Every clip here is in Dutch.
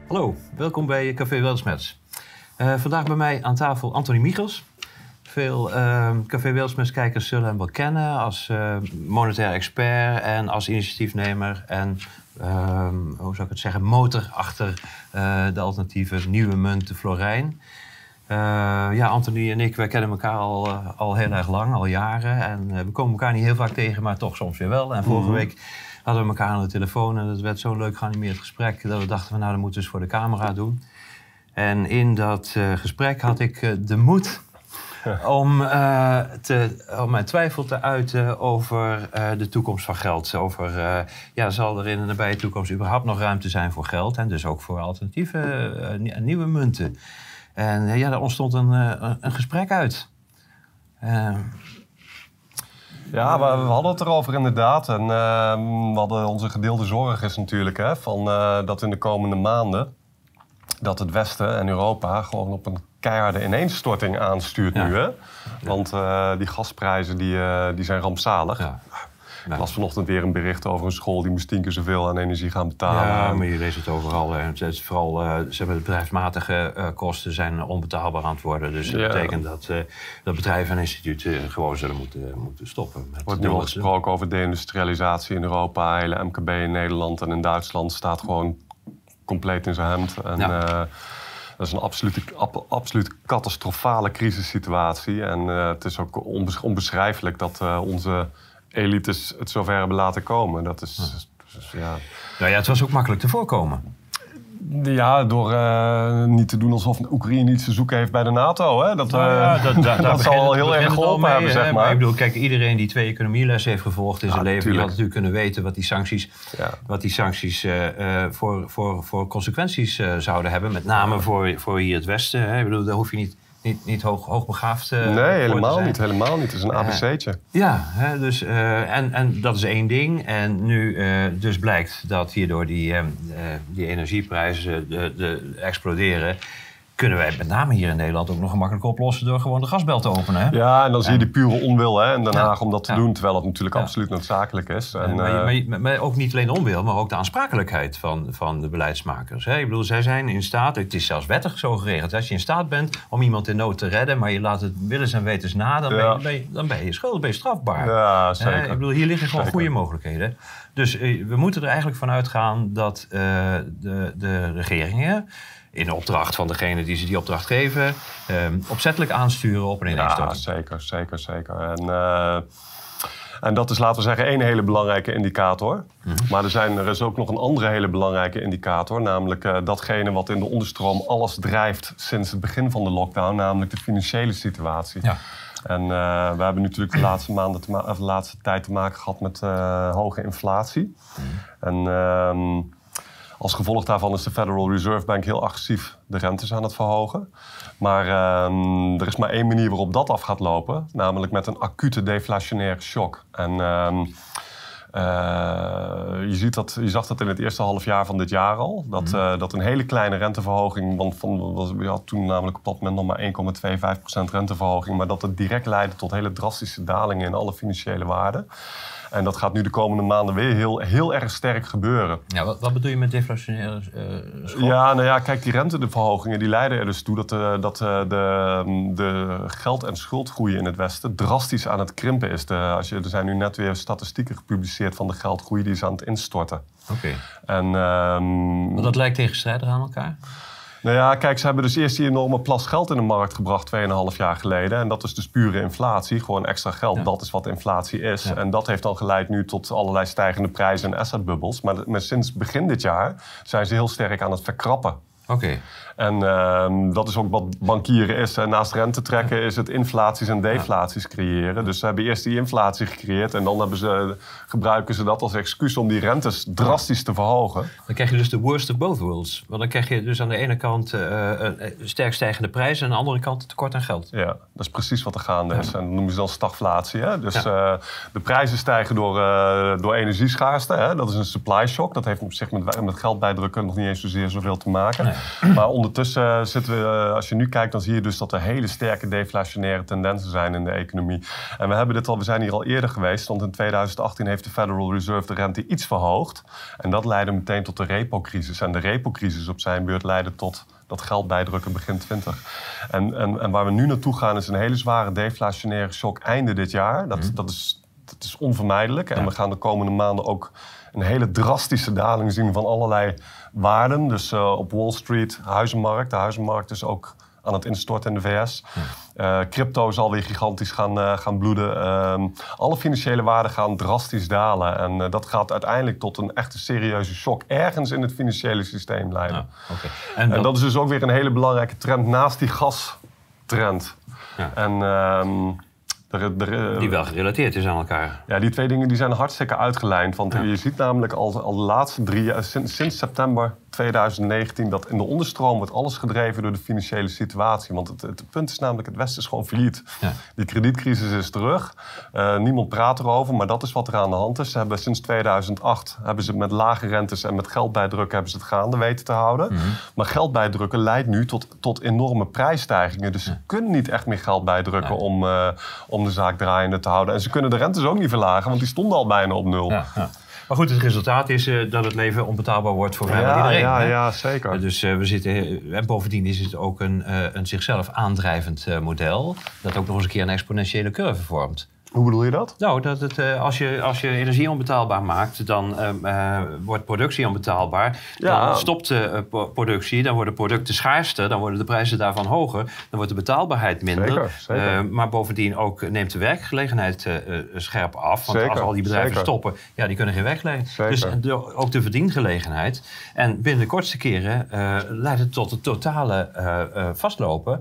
Hallo, welkom bij Café Welsmets. Vandaag bij mij aan tafel Anthony Michels. Veel Café Welsmets-kijkers zullen hem wel kennen als monetair expert en als initiatiefnemer en, hoe zou ik het zeggen, motor achter de alternatieve nieuwe munt, de Florijn. Anthony en ik, wij kennen elkaar al heel erg lang, al jaren. En we komen elkaar niet heel vaak tegen, maar toch soms weer wel. En vorige week hadden we elkaar aan de telefoon en het werd zo'n leuk geanimeerd gesprek dat we dachten van, nou, dat moeten we eens voor de camera doen. En in dat gesprek had ik de moed om mijn twijfel te uiten over de toekomst van geld. Over, zal er in de nabije toekomst überhaupt nog ruimte zijn voor geld en dus ook voor alternatieve nieuwe munten. En daar ontstond een gesprek uit. Ja, we hadden het erover inderdaad. En we hadden onze gedeelde zorg is natuurlijk dat in de komende maanden dat het Westen en Europa gewoon op een keiharde ineenstorting aanstuurt nu. Hè? Want die gasprijzen die zijn rampzalig. Ja. Ik las vanochtend weer een bericht over een school die moest 10 keer zoveel aan energie gaan betalen. Ja, maar je leest het overal. Het is vooral, de bedrijfsmatige kosten zijn onbetaalbaar aan het worden. Dus dat betekent dat bedrijven en instituten gewoon zullen moeten stoppen. Er wordt nu al gesproken over deindustrialisatie in Europa. Hele MKB in Nederland en in Duitsland staat gewoon compleet in zijn hemd. En, dat is een absoluut catastrofale crisissituatie. En het is ook onbeschrijfelijk dat onze elites het zover hebben laten komen. Dat is, het was ook makkelijk te voorkomen. Ja, door niet te doen alsof Oekraïne iets te zoeken heeft bij de NATO. Hè? Dat zal al heel erg geholpen hebben, zeg maar. Ik bedoel, kijk, iedereen die 2 economielessen heeft gevolgd in zijn leven, die had natuurlijk kunnen weten wat die sancties voor consequenties zouden hebben. Met name voor hier het Westen. Hè? Ik bedoel, daar hoef je niet hoogbegaafd nee, helemaal niet. Het is een ABC'tje. Dus, en dat is één ding. En nu dus blijkt dat hierdoor die energieprijzen exploderen. Kunnen wij met name hier in Nederland ook nog gemakkelijk oplossen door gewoon de gasbel te openen. Hè? Ja, en dan zie je die pure onwil in Den Haag om dat te doen, terwijl het natuurlijk absoluut noodzakelijk is. Maar ook niet alleen de onwil, maar ook de aansprakelijkheid van de beleidsmakers. Hè? Ik bedoel, zij zijn in staat, het is zelfs wettig zo geregeld, als je in staat bent om iemand in nood te redden, maar je laat het willens en wetens na, dan ben je schuldig, ben je strafbaar. Ja, zeker. Ik bedoel, hier liggen gewoon goede mogelijkheden. Dus we moeten er eigenlijk van uitgaan dat de regeringen, in opdracht van degene die ze die opdracht geven, opzettelijk aansturen op een ineenstorting. Ja, zeker. En dat is, laten we zeggen, één hele belangrijke indicator. Maar er is ook nog een andere hele belangrijke indicator. Namelijk datgene wat in de onderstroom alles drijft sinds het begin van de lockdown. Namelijk de financiële situatie. Ja. En we hebben natuurlijk de laatste tijd te maken gehad met hoge inflatie. En als gevolg daarvan is de Federal Reserve Bank heel agressief de rentes aan het verhogen. Maar er is maar één manier waarop dat af gaat lopen. Namelijk met een acute deflationaire shock. En je zag dat in het eerste halfjaar van dit jaar al. Dat een hele kleine renteverhoging, want we hadden toen namelijk op dat moment nog maar 1,25% renteverhoging. Maar dat het direct leidde tot hele drastische dalingen in alle financiële waarden. En dat gaat nu de komende maanden weer heel erg sterk gebeuren. Ja, wat bedoel je met deflationaire schok? Ja, kijk, die renteverhogingen die leiden er dus toe dat de geld- en schuldgroei in het Westen drastisch aan het krimpen is. Er zijn nu net weer statistieken gepubliceerd van de geldgroei, die is aan het instorten. Oké. Maar dat lijkt tegenstrijdig aan elkaar? Nou ja, kijk, ze hebben dus eerst die enorme plas geld in de markt gebracht 2,5 jaar geleden. En dat is dus pure inflatie, gewoon extra geld. Ja. Dat is wat inflatie is. Ja. En dat heeft dan geleid nu tot allerlei stijgende prijzen en assetbubbels. Maar sinds begin dit jaar zijn ze heel sterk aan het verkrappen. Oké. En dat is ook wat bankieren is. Naast rente trekken is het inflaties en deflaties creëren. Dus ze hebben eerst die inflatie gecreëerd en dan gebruiken ze dat als excuus om die rentes drastisch te verhogen. Dan krijg je dus de worst of both worlds. Want dan krijg je dus aan de ene kant sterk stijgende prijzen en aan de andere kant tekort aan geld. Ja, dat is precies wat er gaande is. En dat noemen ze dan stagflatie. Hè? Dus de prijzen stijgen door energieschaarste. Hè? Dat is een supply shock. Dat heeft op zich met geldbijdrukken nog niet eens zozeer zoveel te maken. Nee. Maar ondertussen zitten we, als je nu kijkt, dan zie je dus dat er hele sterke deflationaire tendensen zijn in de economie. En we zijn hier al eerder geweest, want in 2018 heeft de Federal Reserve de rente iets verhoogd. En dat leidde meteen tot de repo-crisis. En de repo-crisis op zijn beurt leidde tot dat geldbijdrukken begin 20. En waar we nu naartoe gaan is een hele zware deflationaire shock einde dit jaar. Dat is onvermijdelijk. En we gaan de komende maanden ook een hele drastische daling zien van allerlei waarden. Dus op Wall Street, de huizenmarkt is ook aan het instorten in de VS. Crypto zal weer gigantisch gaan bloeden. Alle financiële waarden gaan drastisch dalen. En dat gaat uiteindelijk tot een echte serieuze shock ergens in het financiële systeem leiden. Ja, okay. En dat is dus ook weer een hele belangrijke trend naast die gastrend. Ja. En die wel gerelateerd is aan elkaar. Ja, die twee dingen die zijn hartstikke uitgelijnd. Want je ziet namelijk al de laatste 3 jaar, sinds september 2019... dat in de onderstroom wordt alles gedreven door de financiële situatie. Want het punt is namelijk, het Westen is gewoon failliet. Ja. Die kredietcrisis is terug. Niemand praat erover, maar dat is wat er aan de hand is. Ze hebben sinds 2008 met lage rentes en met geldbijdrukken hebben ze het gaande weten te houden. Mm-hmm. Maar geldbijdrukken leidt nu tot enorme prijsstijgingen. Dus ze kunnen niet echt meer geld bijdrukken om de zaak draaiende te houden. En ze kunnen de rentes ook niet verlagen, want die stonden al bijna op 0. Ja. Maar goed, het resultaat is dat het leven onbetaalbaar wordt voor vrijwel iedereen. Ja, zeker. Dus we zitten, en bovendien is het ook een zichzelf aandrijvend model, dat ook nog eens een keer een exponentiële curve vormt. Hoe bedoel je dat? Nou, dat als je energie onbetaalbaar maakt, dan wordt productie onbetaalbaar. Ja. Dan stopt de productie, dan worden producten schaarster, dan worden de prijzen daarvan hoger. Dan wordt de betaalbaarheid minder. Zeker. Maar bovendien ook neemt de werkgelegenheid scherp af. Want als al die bedrijven stoppen, die kunnen geen werk leveren. Dus ook de verdiengelegenheid. En binnen de kortste keren leidt het tot het totale vastlopen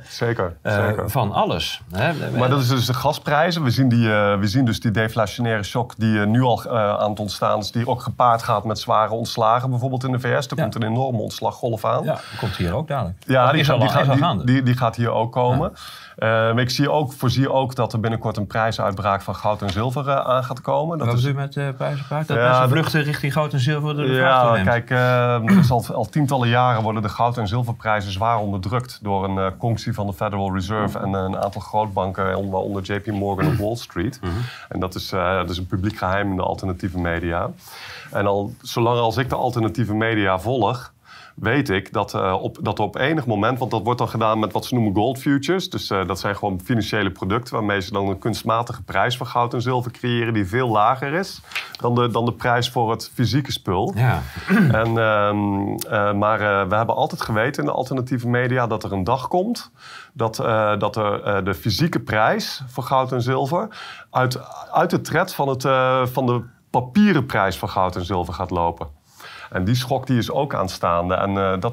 van alles. Maar dat is dus de gasprijzen. We zien dus die deflationaire shock die nu al aan het ontstaan is, die ook gepaard gaat met zware ontslagen, bijvoorbeeld in de VS. Er komt een enorme ontslaggolf aan. Ja, die komt hier ook dadelijk. Ja, die gaat hier ook komen. Maar ik voorzie ook dat er binnenkort een prijsuitbraak van goud en zilver aan gaat komen. Wat bedoel je met prijsuitbraak? Dat mensen vluchten richting goud en zilver door de vraag toeneemt? Kijk, er is al tientallen jaren worden de goud- en zilverprijzen zwaar onderdrukt door een conctie van de Federal Reserve en een aantal grootbanken, waaronder JP Morgan op Wall Street. En dat is een publiek geheim in de alternatieve media. En zolang als ik de alternatieve media volg, weet ik dat er op enig moment, want dat wordt dan gedaan met wat ze noemen gold futures. Dus dat zijn gewoon financiële producten waarmee ze dan een kunstmatige prijs voor goud en zilver creëren die veel lager is dan de prijs voor het fysieke spul. Ja. Maar we hebben altijd geweten in de alternatieve media dat er een dag komt dat er de fysieke prijs voor goud en zilver uit de tred van de papieren prijs van goud en zilver gaat lopen. En die schok die is ook aanstaande. En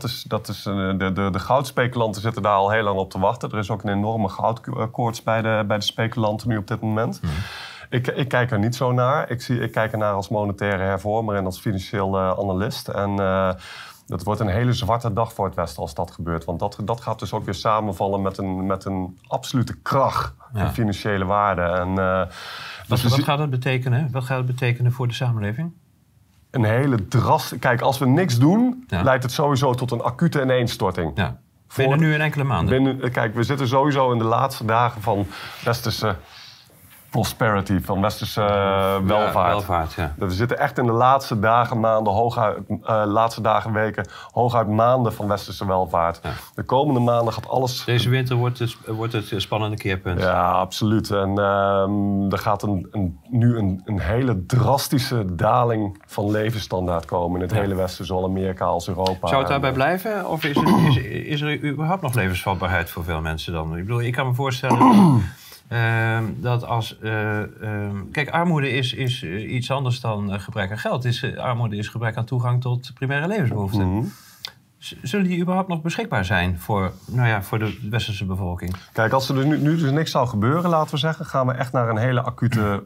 de goudspeculanten zitten daar al heel lang op te wachten. Er is ook een enorme goudkoorts bij de speculanten nu op dit moment. Ik kijk er niet zo naar. Ik kijk er naar als monetaire hervormer en als financieel analist. En dat wordt een hele zwarte dag voor het Westen als dat gebeurt. Want dat gaat dus ook weer samenvallen met een absolute krach van financiële waarden. Wat gaat het betekenen? Wat gaat het betekenen voor de samenleving? Een hele drastische... Kijk, als we niks doen, leidt het sowieso tot een acute ineenstorting. Ja. Binnen nu in enkele maanden? Kijk, we zitten sowieso in de laatste dagen van westerse prosperity, van westerse welvaart. We zitten echt in de laatste dagen, maanden, weken, hooguit maanden van westerse welvaart. Ja. De komende maanden gaat alles... Deze winter wordt het een spannende keerpunt. Ja, absoluut. En er gaat nu een hele drastische daling van levensstandaard komen in het hele Westen, zowel Amerika als Europa. Zou het daarbij blijven? Of is er überhaupt nog levensvatbaarheid voor veel mensen dan? Ik bedoel, ik kan me voorstellen dat als... kijk, armoede is iets anders dan gebrek aan geld. Armoede is gebrek aan toegang tot primaire levensbehoeften. Mm-hmm. Zullen die überhaupt nog beschikbaar zijn voor de westerse bevolking? Kijk, als er nu dus niks zou gebeuren, laten we zeggen, gaan we echt naar een hele acute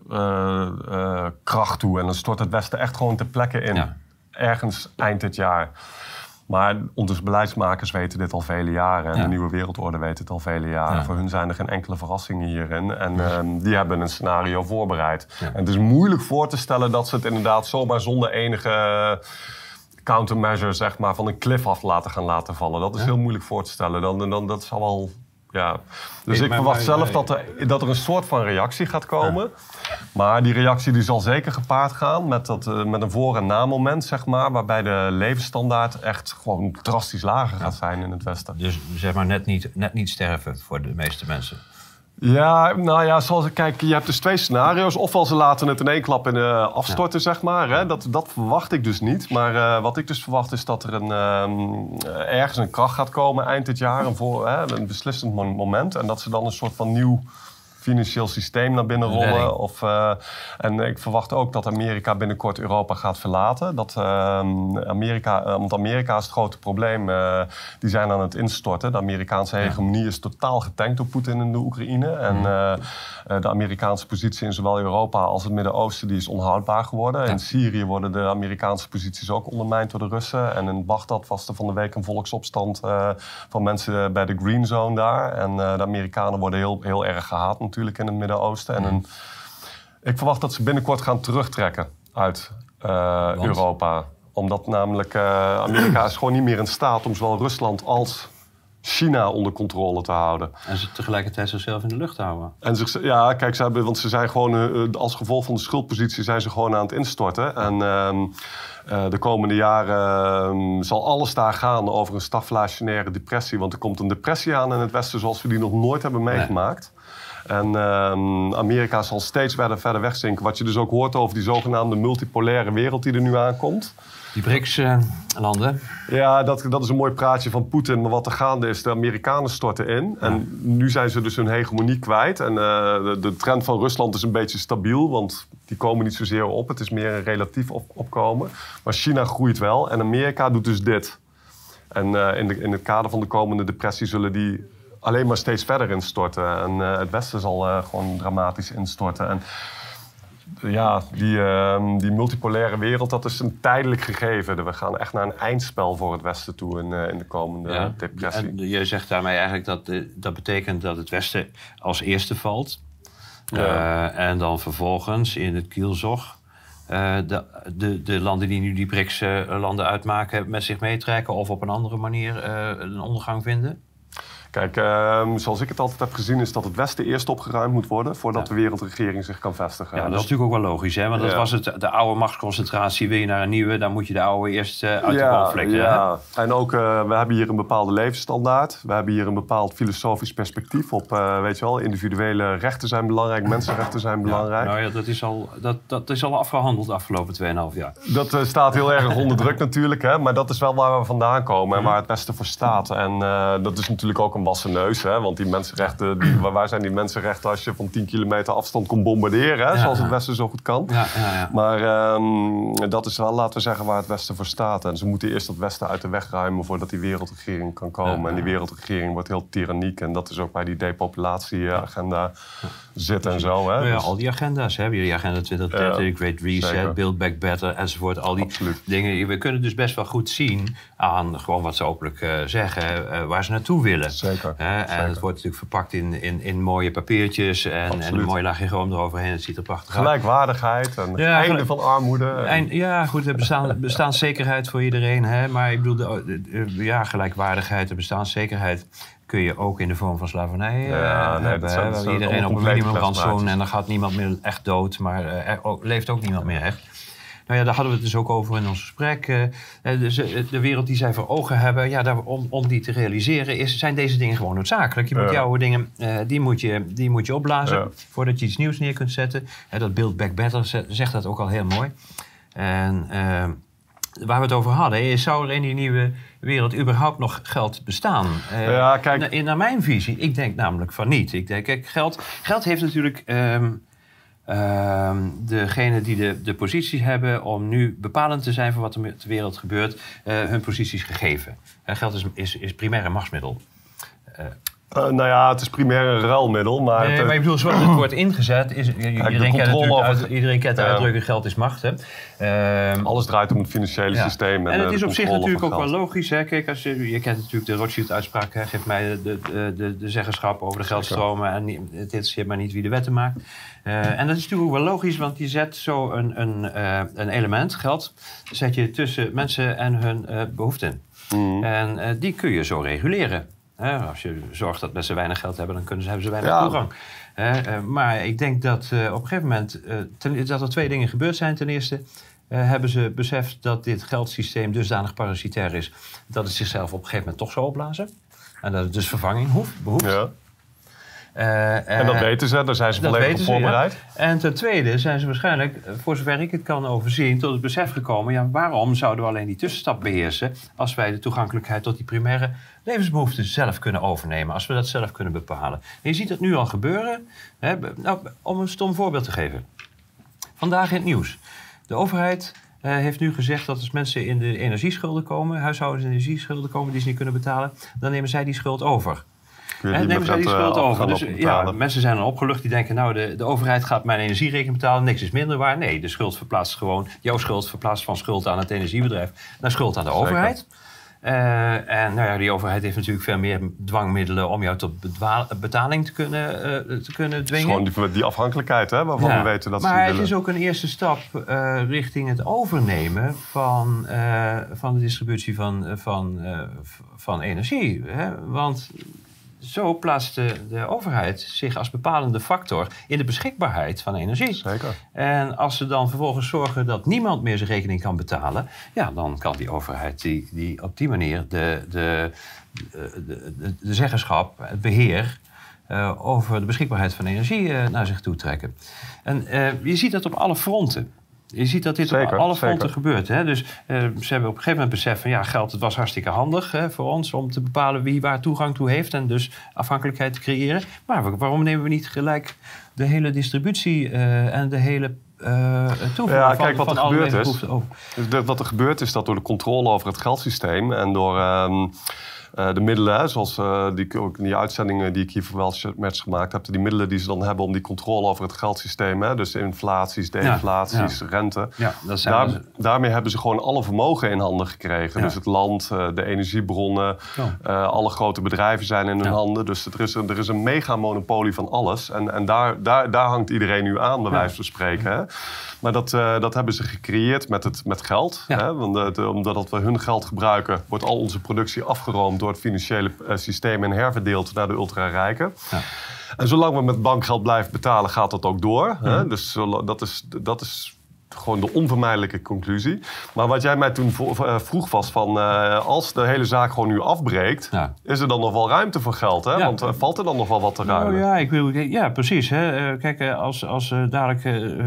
kracht toe. En dan stort het Westen echt gewoon ter plekke in. Ja. Ergens eind dit jaar. Maar onze beleidsmakers weten dit al vele jaren. En de nieuwe wereldorde weet het al vele jaren. Ja. Voor hun zijn er geen enkele verrassingen hierin. En die hebben een scenario voorbereid. Ja. En het is moeilijk voor te stellen dat ze het inderdaad zomaar zonder enige countermeasure, zeg maar, van een cliff af laten vallen. Dat is heel moeilijk voor te stellen. Dat zal wel... Ja. Dus ik verwacht zelf dat er een soort van reactie gaat komen. Ja. Maar die reactie die zal zeker gepaard gaan met een voor- en na-moment, zeg maar, waarbij de levensstandaard echt gewoon drastisch lager gaat zijn in het Westen. Dus zeg maar net niet sterven voor de meeste mensen. Ja, nou ja, kijk, je hebt dus 2 scenario's. Ofwel ze laten het in één klap afstorten, zeg maar. Hè? Dat verwacht ik dus niet. Maar wat ik dus verwacht is dat er ergens een kracht gaat komen eind dit jaar. Een beslissend moment. En dat ze dan een soort van nieuw financieel systeem naar binnen rollen. En ik verwacht ook dat Amerika binnenkort Europa gaat verlaten. Want Amerika is het grote probleem. Die zijn aan het instorten. De Amerikaanse hegemonie is totaal getankt door Poetin in de Oekraïne. En de Amerikaanse positie in zowel Europa als het Midden-Oosten die is onhoudbaar geworden. Ja. In Syrië worden de Amerikaanse posities ook ondermijnd door de Russen. En in Bagdad was er van de week een volksopstand van mensen bij de Green Zone daar. En de Amerikanen worden heel, heel erg gehaat natuurlijk in het Midden-Oosten. En ik verwacht dat ze binnenkort gaan terugtrekken uit Europa. Omdat namelijk Amerika is gewoon niet meer in staat om zowel Rusland als China onder controle te houden. En ze tegelijkertijd zichzelf in de lucht houden. Ja, kijk, want ze zijn gewoon als gevolg van de schuldpositie zijn ze gewoon aan het instorten. En de komende jaren zal alles daar gaan over een stagflationaire depressie. Want er komt een depressie aan in het Westen zoals we die nog nooit hebben meegemaakt. En Amerika zal steeds verder wegzinken. Wat je dus ook hoort over die zogenaamde multipolaire wereld die er nu aankomt. Die BRICS-landen. Ja, dat is een mooi praatje van Poetin. Maar wat er gaande is, de Amerikanen storten in. Ja. En nu zijn ze dus hun hegemonie kwijt. En de trend van Rusland is een beetje stabiel. Want die komen niet zozeer op. Het is meer een relatief opkomen. Maar China groeit wel. En Amerika doet dus dit. En in het kader van de komende depressie zullen die alleen maar steeds verder instorten. En het Westen zal gewoon dramatisch instorten. En ja, die multipolaire wereld, dat is een tijdelijk gegeven. We gaan echt naar een eindspel voor het Westen toe in de komende depressie. En je zegt daarmee eigenlijk dat betekent dat het Westen als eerste valt. Ja. En dan vervolgens in het kielzog de landen die nu die BRICS-landen uitmaken met zich meetrekken of op een andere manier een ondergang vinden? Kijk, zoals ik het altijd heb gezien is dat het Westen eerst opgeruimd moet worden voordat de wereldregering zich kan vestigen. Ja, dat is natuurlijk ook wel logisch, hè? Want dat was de oude machtsconcentratie. Wil je naar een nieuwe, dan moet je de oude eerst uit de bal flikkeren. Ja, en ook we hebben hier een bepaalde levensstandaard. We hebben hier een bepaald filosofisch perspectief op, weet je wel, individuele rechten zijn belangrijk, mensenrechten zijn belangrijk. Nou ja, dat is al afgehandeld de afgelopen 2,5 jaar. Dat staat heel erg onder druk natuurlijk, hè? Maar dat is wel waar we vandaan komen en waar het Westen voor staat. En dat is natuurlijk ook een wassen neus, hè? Want die mensenrechten, waar zijn die mensenrechten als je van 10 kilometer afstand kon bombarderen, hè? Zoals het Westen zo goed kan. Ja. Maar dat is wel, laten we zeggen, waar het Westen voor staat. En ze moeten eerst het Westen uit de weg ruimen voordat die wereldregering kan komen. En die wereldregering wordt heel tyranniek en dat is ook waar die depopulatieagenda zit en zo. Hè? Ja, al die agenda's, hè? Die agenda 2030, Great Reset, Build Back Better enzovoort. Al die dingen. We kunnen dus best wel goed zien aan gewoon wat ze openlijk zeggen, waar ze naartoe willen. Zeker. En het wordt natuurlijk verpakt in mooie papiertjes en een mooi laagje room eroverheen. Het ziet er prachtig uit. Gelijkwaardigheid en het einde van armoede. Ja, goed, er bestaanszekerheid voor iedereen. Hè? Maar ik bedoel, gelijkwaardigheid en bestaanszekerheid kun je ook in de vorm van slavernij hebben. Hè? Iedereen op een minimumrantsoen en dan gaat niemand meer echt dood, maar leeft ook niemand meer echt. Nou ja, daar hadden we het dus ook over in ons gesprek. Dus de wereld die zij voor ogen hebben, om die te realiseren, zijn deze dingen gewoon noodzakelijk. Je moet jouw dingen, die moet je opblazen voordat je iets nieuws neer kunt zetten. Dat Build Back Better zegt dat ook al heel mooi. En waar we het over hadden, is, zou er in die nieuwe wereld überhaupt nog geld bestaan? Naar mijn visie, ik denk namelijk van niet. Ik denk, kijk, geld heeft natuurlijk degene die de posities hebben om nu bepalend te zijn voor wat er met de wereld gebeurt, hun posities gegeven. Geld is primair een machtsmiddel. Nou ja, het is primair een ruilmiddel. Maar maar ik bedoel, zoals het wordt ingezet, iedereen kent de uitdrukking geld is macht. Hè? Alles draait om het financiële systeem. En het is op zich natuurlijk ook wel logisch. Hè? Kijk, je kent natuurlijk de Rothschild-uitspraak. Geef mij de zeggenschap over de geldstromen. En het interesseert maar niet wie de wetten maakt. En dat is natuurlijk ook wel logisch, want je zet zo een element, geld, zet je tussen mensen en hun behoeften. En die kun je zo reguleren. Als je zorgt dat mensen weinig geld hebben, dan hebben ze weinig toegang. Maar ik denk dat op een gegeven moment dat er 2 dingen gebeurd zijn. Ten eerste hebben ze beseft dat dit geldsysteem dusdanig parasitair is dat het zichzelf op een gegeven moment toch zou opblazen. En dat het dus vervanging behoeft. Ja. En dat weten ze, daar zijn ze volledig op voorbereid. Ja. En ten tweede zijn ze waarschijnlijk, voor zover ik het kan overzien, tot het besef gekomen, waarom zouden we alleen die tussenstap beheersen als wij de toegankelijkheid tot die primaire levensbehoeften zelf kunnen overnemen, als we dat zelf kunnen bepalen. En je ziet het nu al gebeuren. Hè, om een stom voorbeeld te geven. Vandaag in het nieuws. De overheid heeft nu gezegd dat als mensen in de energieschulden komen, huishoudens in energieschulden komen die ze niet kunnen betalen, dan nemen zij die schuld over. Nemen zij die schuld over. Dus mensen zijn dan opgelucht. Die denken, nou, de overheid gaat mijn energierekening betalen. Niks is minder waar. Nee, de schuld verplaatst gewoon. Jouw schuld verplaatst van schuld aan het energiebedrijf naar schuld aan de overheid. En die overheid heeft natuurlijk veel meer dwangmiddelen om jou tot betaling te kunnen dwingen. Gewoon die afhankelijkheid, hè, waarvan we weten dat ze maar die het is ook een eerste stap richting het overnemen van de distributie van energie. Hè? Want zo plaatst de overheid zich als bepalende factor in de beschikbaarheid van energie. Zeker. En als ze dan vervolgens zorgen dat niemand meer zijn rekening kan betalen, dan kan die overheid die op die manier de zeggenschap, het beheer over de beschikbaarheid van energie naar zich toe trekken. En je ziet dat op alle fronten. Je ziet dat dit op alle fronten gebeurt. Hè? Dus ze hebben op een gegeven moment beseft van geld, het was hartstikke handig voor ons om te bepalen wie waar toegang toe heeft en dus afhankelijkheid te creëren. Maar waarom nemen we niet gelijk de hele distributie en de hele toevoeging kijk, wat er gebeurd is. Wat er gebeurt is dat door de controle over het geldsysteem en door de middelen, zoals die uitzendingen die ik hier voor Weltschmerz gemaakt heb, die middelen die ze dan hebben om die controle over het geldsysteem, dus inflaties, deflaties, rente. Ja, daarmee hebben ze gewoon alle vermogen in handen gekregen. Ja. Dus het land, de energiebronnen, alle grote bedrijven zijn in hun handen. Dus er is een mega-monopolie van alles. En daar hangt iedereen nu aan, bij wijze van spreken. Hè? Maar dat hebben ze gecreëerd met geld. Ja. Hè? Want omdat we hun geld gebruiken, wordt al onze productie afgeroomd door het financiële systeem en herverdeeld naar de ultrarijken. Ja. En zolang we met bankgeld blijven betalen, gaat dat ook door. Hè? Dus dat is gewoon de onvermijdelijke conclusie. Maar wat jij mij toen vroeg was van als de hele zaak gewoon nu afbreekt, is er dan nog wel ruimte voor geld? Hè? Want valt er dan nog wel wat te ruimen? Ja, precies. Hè? Kijk, als dadelijk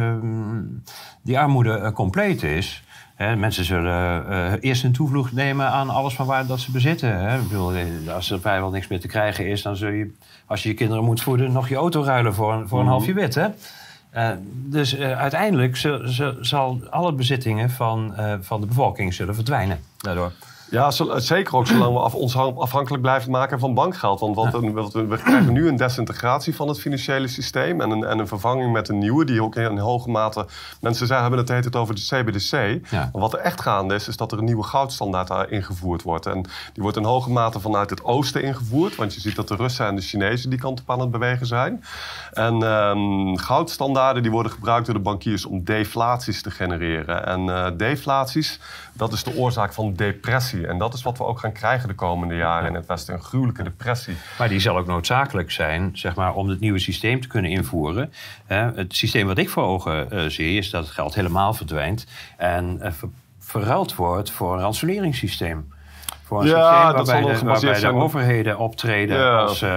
die armoede compleet is, mensen zullen eerst een toevlucht nemen aan alles van waar dat ze bezitten. Hè? Ik bedoel, als er vrijwel niks meer te krijgen is, dan zul je, als je je kinderen moet voeden, nog je auto ruilen voor een halfje wit. Hè? Dus uiteindelijk zal alle bezittingen van de bevolking zullen verdwijnen daardoor. Ja, zeker ook zolang we ons afhankelijk blijven maken van bankgeld. Want we krijgen nu een desintegratie van het financiële systeem en een vervanging met een nieuwe die ook in hoge mate... Mensen hebben het heet over de CBDC. Ja. Maar wat er echt gaande is dat er een nieuwe goudstandaard ingevoerd wordt. En die wordt in hoge mate vanuit het oosten ingevoerd. Want je ziet dat de Russen en de Chinezen die kant op aan het bewegen zijn. En goudstandaarden die worden gebruikt door de bankiers om deflaties te genereren. En deflaties, dat is de oorzaak van depressie. En dat is wat we ook gaan krijgen de komende jaren in het Westen. Een gruwelijke depressie. Maar die zal ook noodzakelijk zijn, zeg maar, om het nieuwe systeem te kunnen invoeren. Het systeem wat ik voor ogen zie, is dat het geld helemaal verdwijnt en verruild wordt voor een ransoneringssysteem. Voor een systeem waarbij de overheden optreden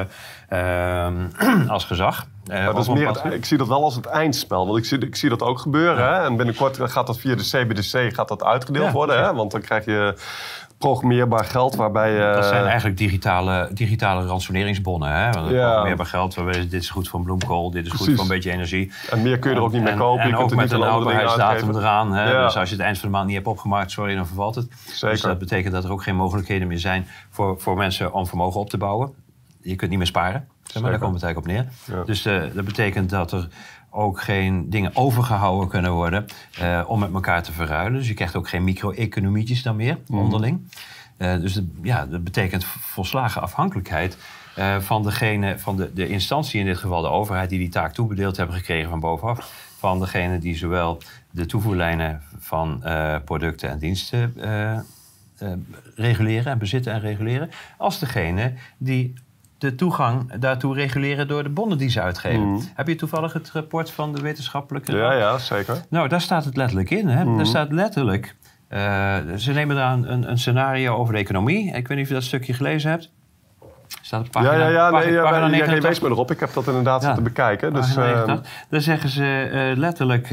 als gezag. Dat is ik zie dat wel als het eindspel. Want ik zie dat ook gebeuren. Hè? En binnenkort gaat dat via de CBDC uitgedeeld worden. Hè? Want dan krijg je programmeerbaar geld waarbij... Dat zijn eigenlijk digitale ransoneringsbonnen. Hè? Programmeerbaar geld waarbij dit is goed voor bloemkool, dit is goed voor een beetje energie. En meer kun je er ook niet mee kopen. En ook met een houdbaarheidsdatum eraan. Hè? Ja. Dus als je het eind van de maand niet hebt opgemaakt, dan vervalt het. Zeker. Dus dat betekent dat er ook geen mogelijkheden meer zijn voor mensen om vermogen op te bouwen. je kunt niet meer sparen. Zeg maar, daar komt het eigenlijk op neer. Ja. Dus dat betekent dat er ook geen dingen overgehouden kunnen worden om met elkaar te verruilen. Dus je krijgt ook geen micro-economietjes dan meer onderling. Dus dat betekent volslagen afhankelijkheid van de instantie, in dit geval de overheid, die taak toebedeeld hebben gekregen van bovenaf. Van degene die zowel de toevoerlijnen van producten en diensten reguleren en bezitten en reguleren, als degene die de toegang daartoe reguleren door de bonnen die ze uitgeven. Heb je toevallig het rapport van de wetenschappelijke raad? Ja, zeker. Nou, daar staat het letterlijk in. Hè? Daar staat letterlijk... ze nemen daar een scenario over de economie. Ik weet niet of je dat stukje gelezen hebt. Staat op pagina jij wees me erop. Ik heb dat inderdaad zitten bekijken. Dus, daar zeggen ze letterlijk...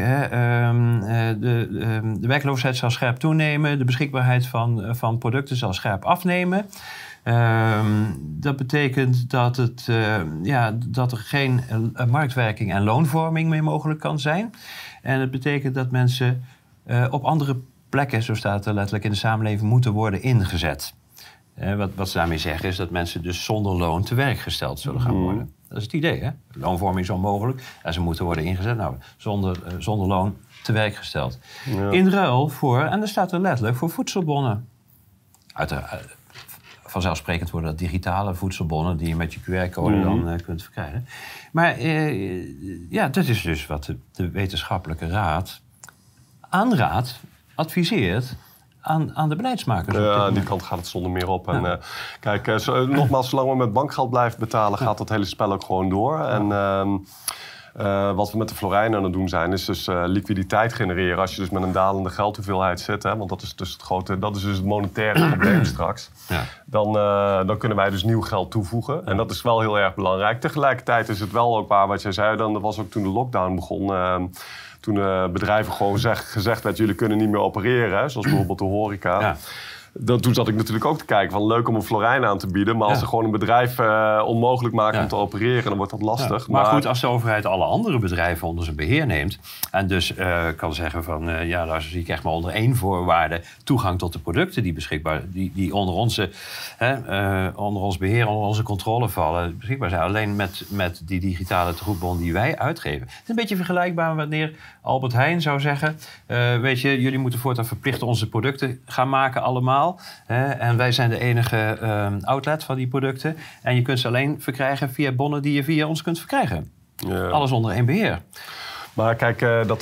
de werkloosheid zal scherp toenemen. De beschikbaarheid van producten zal scherp afnemen. Dat betekent dat er geen marktwerking en loonvorming meer mogelijk kan zijn. En het betekent dat mensen op andere plekken, zo staat er letterlijk in de samenleving, moeten worden ingezet. Wat ze daarmee zeggen is dat mensen dus zonder loon te werk gesteld zullen gaan worden. Dat is het idee, hè? Loonvorming is onmogelijk en ze moeten worden ingezet. Nou, zonder loon te werk gesteld. Ja. In ruil voor, en daar staat er letterlijk, voor voedselbonnen. Vanzelfsprekend worden dat digitale voedselbonnen die je met je QR-code dan kunt verkrijgen. Maar dat is dus wat de wetenschappelijke raad aanraadt, adviseert aan de beleidsmakers. Ja, aan die kant gaat het zonder meer op. Ja. En, nogmaals, zolang we met bankgeld blijven betalen, gaat dat hele spel ook gewoon door. En wat we met de florijnen aan het doen zijn, is dus liquiditeit genereren. Als je dus met een dalende geldhoeveelheid zit, hè, want dat is dus het monetaire probleem straks. Ja. Dan kunnen wij dus nieuw geld toevoegen. Ja. En dat is wel heel erg belangrijk. Tegelijkertijd is het wel ook waar wat jij zei, dat was ook toen de lockdown begon. Toen bedrijven gewoon gezegd werd, jullie kunnen niet meer opereren. Hè, zoals bijvoorbeeld de horeca. Ja. Toen zat ik natuurlijk ook te kijken van leuk om een florijn aan te bieden. Maar als er gewoon een bedrijf onmogelijk maakt om te opereren, dan wordt dat lastig. Ja. Maar goed, als de overheid alle andere bedrijven onder zijn beheer neemt. En dus kan zeggen van daar zie ik echt maar onder één voorwaarde toegang tot de producten die beschikbaar, die onder ons beheer, onder onze controle vallen, beschikbaar zijn. Alleen met die digitale tegoedbon die wij uitgeven. Het is een beetje vergelijkbaar wanneer Albert Heijn zou zeggen, weet je, jullie moeten voortaan verplicht onze producten gaan maken allemaal. En wij zijn de enige outlet van die producten. En je kunt ze alleen verkrijgen via bonnen die je via ons kunt verkrijgen. Ja. Alles onder één beheer. Maar kijk,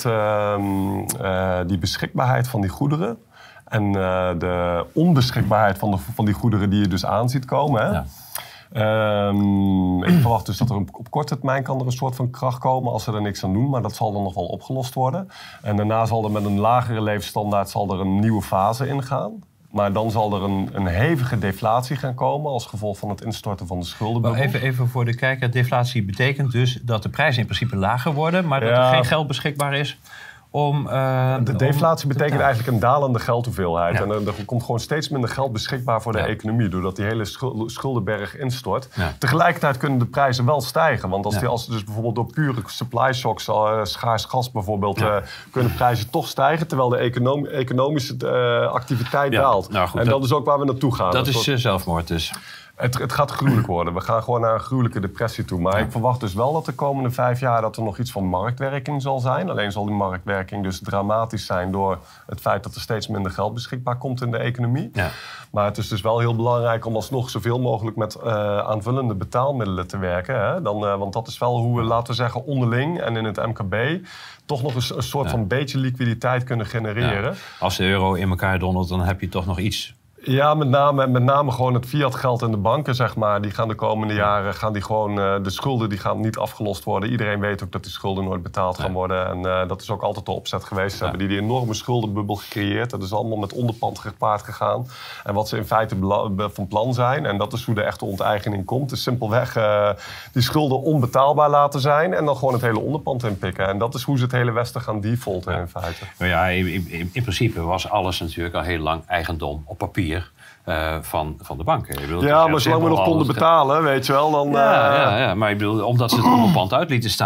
die beschikbaarheid van die goederen en de onbeschikbaarheid van die goederen die je dus aan ziet komen. Hè? Ja. Ik verwacht dus dat er op korte termijn kan er een soort van kracht komen als ze er niks aan doen. Maar dat zal dan nog wel opgelost worden. En daarna zal er met een lagere levensstandaard een nieuwe fase ingaan. Maar dan zal er een hevige deflatie gaan komen als gevolg van het instorten van de schuldenbubbel. Even voor de kijker. Deflatie betekent dus dat de prijzen in principe lager worden, maar dat er geen geld beschikbaar is om... de deflatie betekent eigenlijk een dalende geldhoeveelheid. Ja. En er komt gewoon steeds minder geld beschikbaar voor de economie, doordat die hele schuldenberg instort. Ja. Tegelijkertijd kunnen de prijzen wel stijgen. Want als dus bijvoorbeeld door pure supply shocks, schaars gas bijvoorbeeld, kunnen prijzen toch stijgen, terwijl de economische activiteit daalt. Nou goed, en dat is ook waar we naartoe gaan. Dat is zelfmoord dus. Het gaat gruwelijk worden. We gaan gewoon naar een gruwelijke depressie toe. Maar ik verwacht dus wel dat de komende 5 jaar dat er nog iets van marktwerking zal zijn. Alleen zal die marktwerking dus dramatisch zijn door het feit dat er steeds minder geld beschikbaar komt in de economie. Ja. Maar het is dus wel heel belangrijk om alsnog zoveel mogelijk met aanvullende betaalmiddelen te werken. Hè? Want dat is wel hoe we, laten we zeggen, onderling en in het MKB toch nog een soort van beetje liquiditeit kunnen genereren. Ja. Als de euro in elkaar dondert, dan heb je toch nog iets. Ja, met name gewoon het fiatgeld en de banken, zeg maar. Die gaan de komende jaren, de schulden die gaan niet afgelost worden. Iedereen weet ook dat die schulden nooit betaald gaan worden. En dat is ook altijd de opzet geweest. Ze hebben die enorme schuldenbubbel gecreëerd. Dat is allemaal met onderpand gepaard gegaan. En wat ze in feite van plan zijn, en dat is hoe de echte onteigening komt, is simpelweg die schulden onbetaalbaar laten zijn en dan gewoon het hele onderpand inpikken. En dat is hoe ze het hele Westen gaan defaulten in feite. Nou ja, in principe was alles natuurlijk al heel lang eigendom op papier. Van de banken. Maar zolang we nog konden betalen, weet je wel, dan... Ja, maar ik bedoel, omdat ze het onderpand uit lieten staan.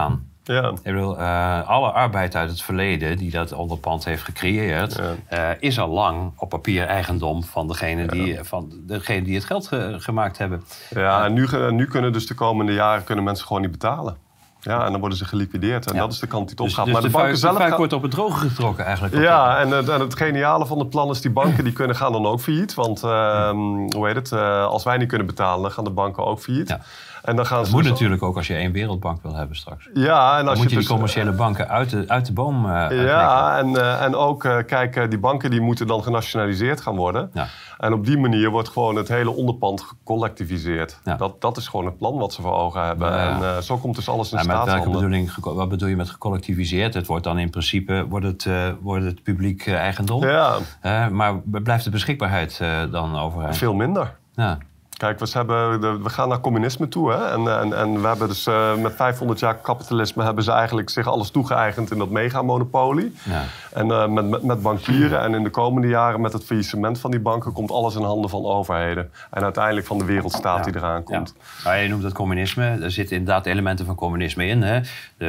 Ja. Ik bedoel, alle arbeid uit het verleden die dat onderpand heeft gecreëerd, is al lang op papier eigendom van degene die het geld gemaakt hebben. Ja, en nu kunnen dus de komende jaren mensen gewoon niet betalen. Ja, en dan worden ze geliquideerd. En dat is de kant die het opgaat. Dus maar de banken zelf wordt op het droge getrokken eigenlijk. Ja, en het geniale van het plan is die banken die gaan dan ook failliet. Want als wij niet kunnen betalen, dan gaan de banken ook failliet. Ja. En dan gaan dat moet natuurlijk ook als je één wereldbank wil hebben straks. Ja, en dan moet je de commerciële banken uit de boom ja, en ook, die banken die moeten dan genationaliseerd gaan worden. Ja. En op die manier wordt gewoon het hele onderpand gecollectiviseerd. Ja. Dat is gewoon het plan wat ze voor ogen hebben. Ja. En zo komt dus alles in staatshanden. Wat bedoel je met gecollectiviseerd? Het wordt dan in principe wordt het publiek eigendom. Ja. Maar blijft de beschikbaarheid dan overeind? Veel minder. Ja. Kijk, we gaan naar communisme toe. Hè? En we hebben dus met 500 jaar kapitalisme hebben ze eigenlijk zich alles toegeëigend in dat megamonopolie. Ja. En met bankieren. En in de komende jaren met het faillissement van die banken komt alles in handen van overheden. En uiteindelijk van de wereldstaat die eraan komt. Ja. Maar je noemt dat communisme. Er zitten inderdaad elementen van communisme in. Hè?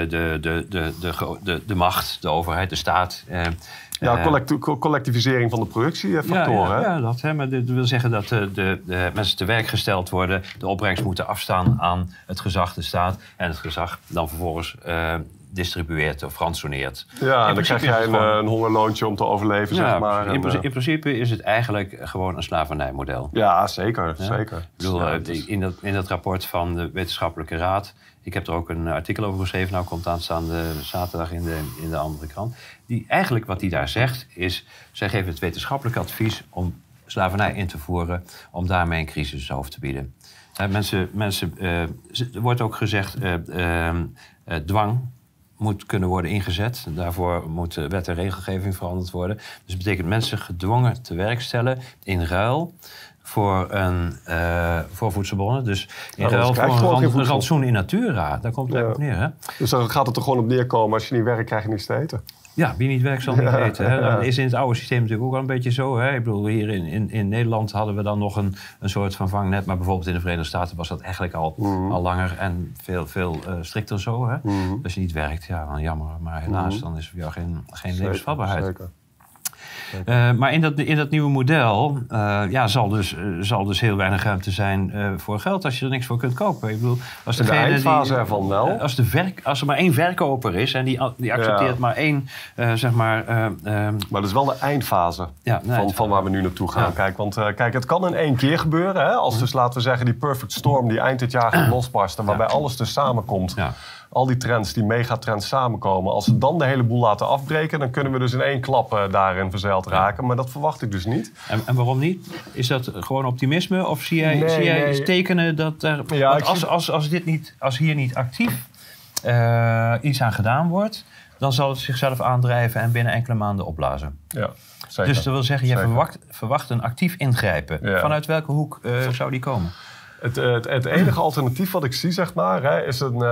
De macht, de overheid, de staat. Ja, collectivisering van de productiefactoren. Ja, dat. Hè, maar dat wil zeggen dat de mensen te werk gesteld worden. De opbrengst moeten afstaan aan het gezag, de staat. En het gezag dan vervolgens distribueert of rantsoeneert. Ja, en dan krijg jij een hongerloontje om te overleven, zeg maar. In principe is het eigenlijk gewoon een slavernijmodel. Ja, zeker. Zeker. Ik bedoel, in dat rapport van de Wetenschappelijke Raad... Ik heb er ook een artikel over geschreven. Nou, komt aanstaande zaterdag in de andere krant. Eigenlijk wat hij daar zegt is... Zij geven het wetenschappelijk advies om slavernij in te voeren... om daarmee een crisis over te bieden. Er wordt ook gezegd... dwang moet kunnen worden ingezet. Daarvoor moet wet en regelgeving veranderd worden. Dus dat betekent mensen gedwongen te werk stellen in ruil... voor voedselbronnen. Dus in ruil voor een rantsoen in natura. Daar komt het op neer. Hè? Dus dan gaat het er gewoon op neerkomen. Als je niet werkt, krijg je niets te eten. Ja, wie niet werkt, zal niet eten. Hè? Dat is in het oude systeem natuurlijk ook wel een beetje zo. Hè? Ik bedoel, hier in Nederland hadden we dan nog een soort van vangnet. Maar bijvoorbeeld in de Verenigde Staten was dat eigenlijk al langer en veel strikter zo. Hè? Als je niet werkt, ja, dan jammer. Maar helaas, dan is er voor jou geen levensvatbaarheid. Zeker. Maar in dat nieuwe model zal dus heel weinig ruimte zijn voor geld als je er niks voor kunt kopen. Ik bedoel, als de eindfase ervan wel. Als er maar één verkoper is en die accepteert maar één, maar dat is wel de eindfase van waar we nu naartoe gaan. Ja. Kijk, het kan in één keer gebeuren. Hè? Als dus, laten we zeggen, die perfect storm die eind dit jaar gaat losbarsten, waarbij alles dus samenkomt. Ja. Al die trends, die megatrends samenkomen. Als ze dan de hele boel laten afbreken... dan kunnen we dus in één klap daarin verzeild raken. Maar dat verwacht ik dus niet. En waarom niet? Is dat gewoon optimisme? Of zie jij tekenen dat er... Ja, als hier niet actief iets aan gedaan wordt... dan zal het zichzelf aandrijven en binnen enkele maanden opblazen. Ja, zeker. Dus dat wil zeggen, je verwacht een actief ingrijpen. Ja. Vanuit welke hoek zou die komen? Het enige alternatief wat ik zie, zeg maar, hè, is een...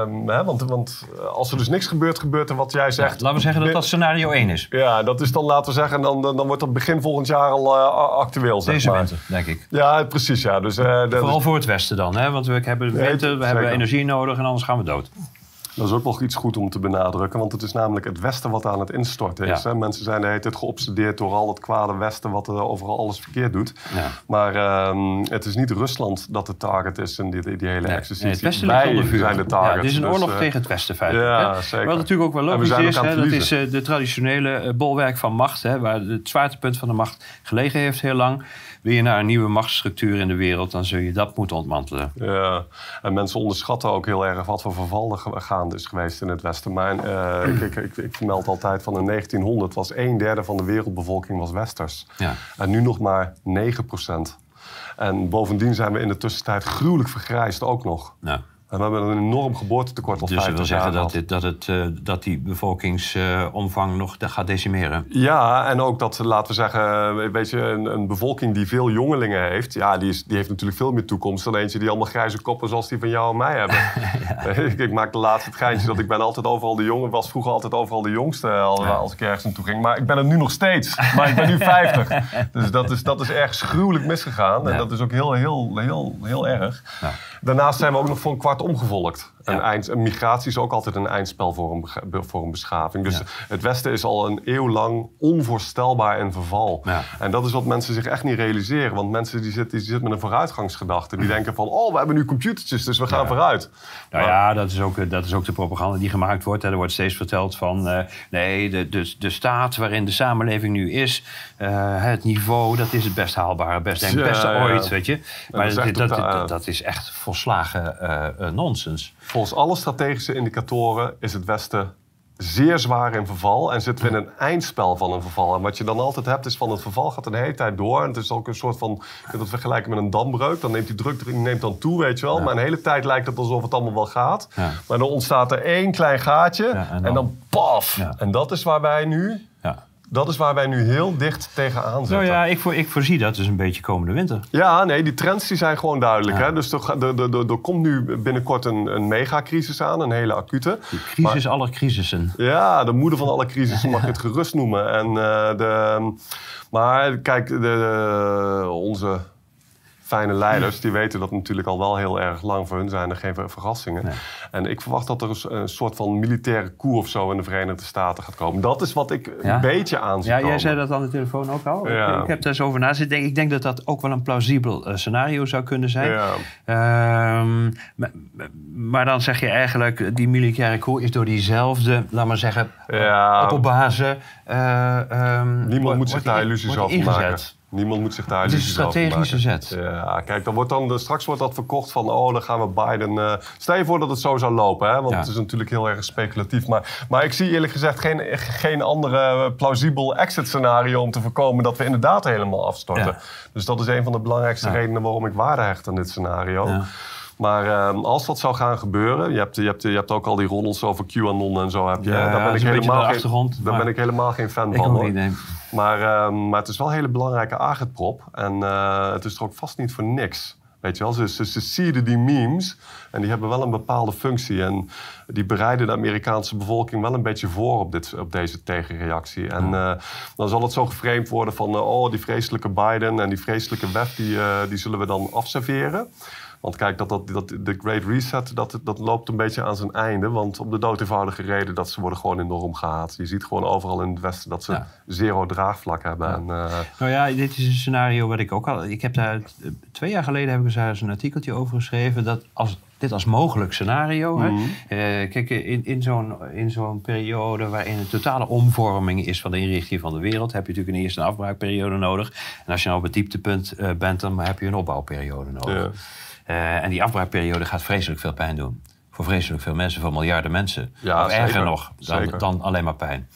want als er dus niks gebeurt, gebeurt er wat jij zegt. Ja, laten we zeggen dat scenario 1 is. Ja, dat is dan, laten we zeggen, dan wordt dat begin volgend jaar al actueel, zeg Deze maar. winter, denk ik. Ja, precies, ja. Dus, vooral voor het Westen dan, hè? Want we hebben winter, we hebben energie nodig en anders gaan we dood. Dat is ook nog iets goed om te benadrukken, want het is namelijk het Westen wat aan het instorten is. Ja. Hè? Mensen zijn de hele tijd geobsedeerd door al het kwade Westen wat overal alles verkeerd doet. Ja. Maar het is niet Rusland dat de target is in die hele exercitie. Het Westen ligt onder vuur. Zijn de target. Ja, dit is een oorlog tegen het Westen feitelijk. Ja, hè? zeker. Wat natuurlijk ook wel logisch is, dat is de traditionele bolwerk van macht. Hè, waar het zwaartepunt van de macht gelegen heeft heel lang. Wil je naar een nieuwe machtsstructuur in de wereld, dan zul je dat moeten ontmantelen. Ja, en mensen onderschatten ook heel erg wat voor verval er gaande is geweest in het Westen. Maar ik vermeld altijd van in 1900 was 1/3 van de wereldbevolking was Westers. Ja. En nu nog maar 9%. En bovendien zijn we in de tussentijd gruwelijk vergrijsd ook nog. Ja. En we hebben een enorm geboortetekort al 50 jaar. Dus dat wil zeggen dat die bevolkingsomvang nog gaat decimeren? Ja, en ook dat, laten we zeggen, weet je, een bevolking die veel jongelingen heeft... ja, die heeft natuurlijk veel meer toekomst dan eentje die allemaal grijze koppen zoals die van jou en mij hebben. Ja. Ik maak de laatste het geintje dat ik ben altijd overal de jongen, was vroeger altijd overal de jongste als ik ergens naartoe ging. Maar ik ben het nu nog steeds. Maar ik ben nu 50. Dus dat is erg gruwelijk misgegaan. Ja. En dat is ook heel erg. Ja. Daarnaast zijn we ook nog voor een kwart omgevolkt. Een migratie is ook altijd een eindspel voor een beschaving. Dus het Westen is al een eeuw lang onvoorstelbaar in verval. Ja. En dat is wat mensen zich echt niet realiseren. Want mensen die zitten met een vooruitgangsgedachte. Die denken van, we hebben nu computertjes, dus we gaan vooruit. Dat is ook de propaganda die gemaakt wordt. Er wordt steeds verteld van, de staat waarin de samenleving nu is, het niveau, dat is het best haalbare, beste ooit, weet je. Maar dat is echt volslagen nonsens. Volgens alle strategische indicatoren is het Westen zeer zwaar in verval en zitten we in een eindspel van een verval. En wat je dan altijd hebt is van het verval gaat de hele tijd door. En het is ook een soort van, je kunt het vergelijken met een dambreuk. Dan neemt die druk dan toe, weet je wel. Ja. Maar een hele tijd lijkt het alsof het allemaal wel gaat. Ja. Maar dan ontstaat er één klein gaatje en dan paf. Ja. En dat is waar wij nu... Ja. Dat is waar wij nu heel dicht tegenaan zitten. Nou ja, ik voorzie dat dus een beetje komende winter. Ja, nee, die trends die zijn gewoon duidelijk. Ja. Hè? Dus er komt nu binnenkort een megacrisis aan, een hele acute. De crisis aller crisissen. Ja, de moeder van alle crisissen mag je het gerust noemen. En, maar kijk, onze fijne leiders, die weten dat natuurlijk al wel heel erg lang. Voor hun zijn er geen verrassingen. Nee. En ik verwacht dat er een soort van militaire coup of zo in de Verenigde Staten gaat komen. Dat is wat ik een beetje aan zie komen. Jij zei dat aan de telefoon ook al. Ja. Ik heb daar eens over na zitten. Ik denk dat dat ook wel een plausibel scenario zou kunnen zijn. Ja. Maar dan zeg je eigenlijk, die militaire coup is door diezelfde, laat maar zeggen, opperbazen. Niemand moet zich daar illusies over maken. Niemand moet zich daar illusies over maken. Het is een strategische zet. Ja, kijk, straks wordt dat verkocht van, dan gaan we Biden... Stel je voor dat het zo zou lopen, hè? Want het is natuurlijk heel erg speculatief. Maar ik zie eerlijk gezegd geen andere plausibel exit scenario om te voorkomen dat we inderdaad helemaal afstorten. Ja. Dus dat is een van de belangrijkste redenen waarom ik waarde hecht aan dit scenario. Ja. Maar als dat zou gaan gebeuren, je hebt ook al die roddels over QAnon en zo. Daar ben ik helemaal geen fan van. Hoor. Maar het is wel een hele belangrijke agitprop. En het is er ook vast niet voor niks. Weet je wel, ze seeden die memes en die hebben wel een bepaalde functie. En die bereiden de Amerikaanse bevolking wel een beetje voor op deze tegenreactie. En dan zal het zo geframed worden van, die vreselijke Biden en die vreselijke WEF, die zullen we dan afserveren. Want kijk, de Great Reset, dat loopt een beetje aan zijn einde. Want om de dood eenvoudige reden dat ze worden gewoon enorm gehaat. Je ziet gewoon overal in het Westen dat ze zero draagvlak hebben. Ja. Nou ja, dit is een scenario wat ik ook al... Ik heb daar 2 jaar geleden heb ik daar eens een artikeltje over geschreven. Dat dit als mogelijk scenario. Mm-hmm. Kijk, in zo'n periode waarin een totale omvorming is van de inrichting van de wereld, heb je natuurlijk eerst een afbraakperiode nodig. En als je nou op het dieptepunt bent, dan heb je een opbouwperiode nodig. Ja. En die afbraakperiode gaat vreselijk veel pijn doen. Voor vreselijk veel mensen, voor miljarden mensen. Ja, of erger nog dan alleen maar pijn.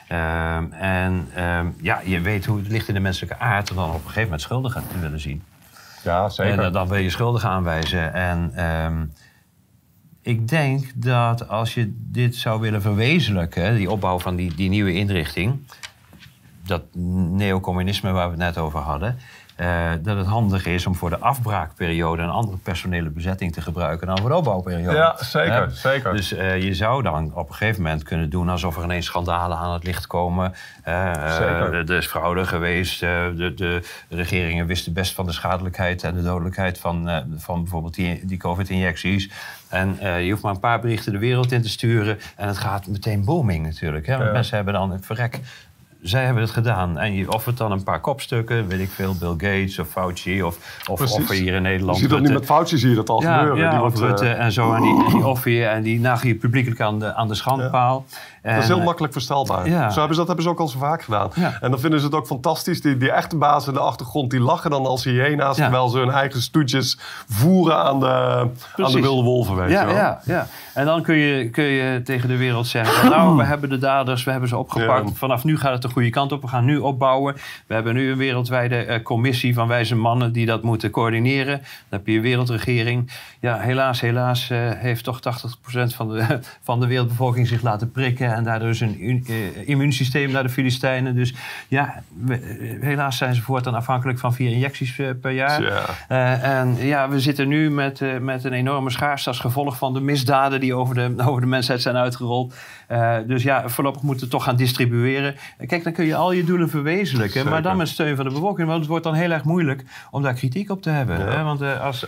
Je weet hoe het ligt in de menselijke aard om dan op een gegeven moment schuldigen te willen zien. Ja, zeker. En dan wil je schuldigen aanwijzen. En ik denk dat als je dit zou willen verwezenlijken, die opbouw van die nieuwe inrichting, dat neocommunisme waar we het net over hadden, dat het handig is om voor de afbraakperiode een andere personele bezetting te gebruiken dan voor de opbouwperiode. Ja, zeker. Dus je zou dan op een gegeven moment kunnen doen alsof er ineens schandalen aan het licht komen. Er is fraude geweest. De regeringen wisten best van de schadelijkheid en de dodelijkheid van bijvoorbeeld die COVID-injecties. En je hoeft maar een paar berichten de wereld in te sturen en het gaat meteen booming natuurlijk. Hè? Want mensen hebben dan het verrek. Zij hebben het gedaan. En je offert dan een paar kopstukken, weet ik veel, Bill Gates of Fauci of hier in Nederland. Je ziet dat nu met Fauci, zie je dat al gebeuren. Ja, of Rutte en zo. En die offer je en die nagel je publiekelijk aan de schandpaal. Ja. Dat is heel makkelijk voorstelbaar. Ja. Dat hebben ze ook al zo vaak gedaan. Ja. En dan vinden ze het ook fantastisch. Die echte bazen in de achtergrond, die lachen dan als hyena's, terwijl ze hun eigen stoetjes voeren aan de wilde wolven, weet je wel. Ja. En dan kun je tegen de wereld zeggen, nou, we hebben de daders, we hebben ze opgepakt. Ja. Vanaf nu gaat het de goede kant op. We gaan nu opbouwen. We hebben nu een wereldwijde commissie van wijze mannen die dat moeten coördineren. Dan heb je een wereldregering. Ja, helaas heeft toch 80% van de wereldbevolking zich laten prikken. En daardoor is een immuunsysteem naar de Filistijnen. Dus ja, helaas zijn ze voortaan afhankelijk van 4 injecties per jaar. Ja. En ja, we zitten nu met een enorme schaarste als gevolg van de misdaden die over de mensheid zijn uitgerold. Dus ja, voorlopig moeten we toch gaan distribueren. Kijk, dan kun je al je doelen verwezenlijken. Zeker. Maar dan met steun van de bevolking. Want het wordt dan heel erg moeilijk om daar kritiek op te hebben. Ja. Hè? Want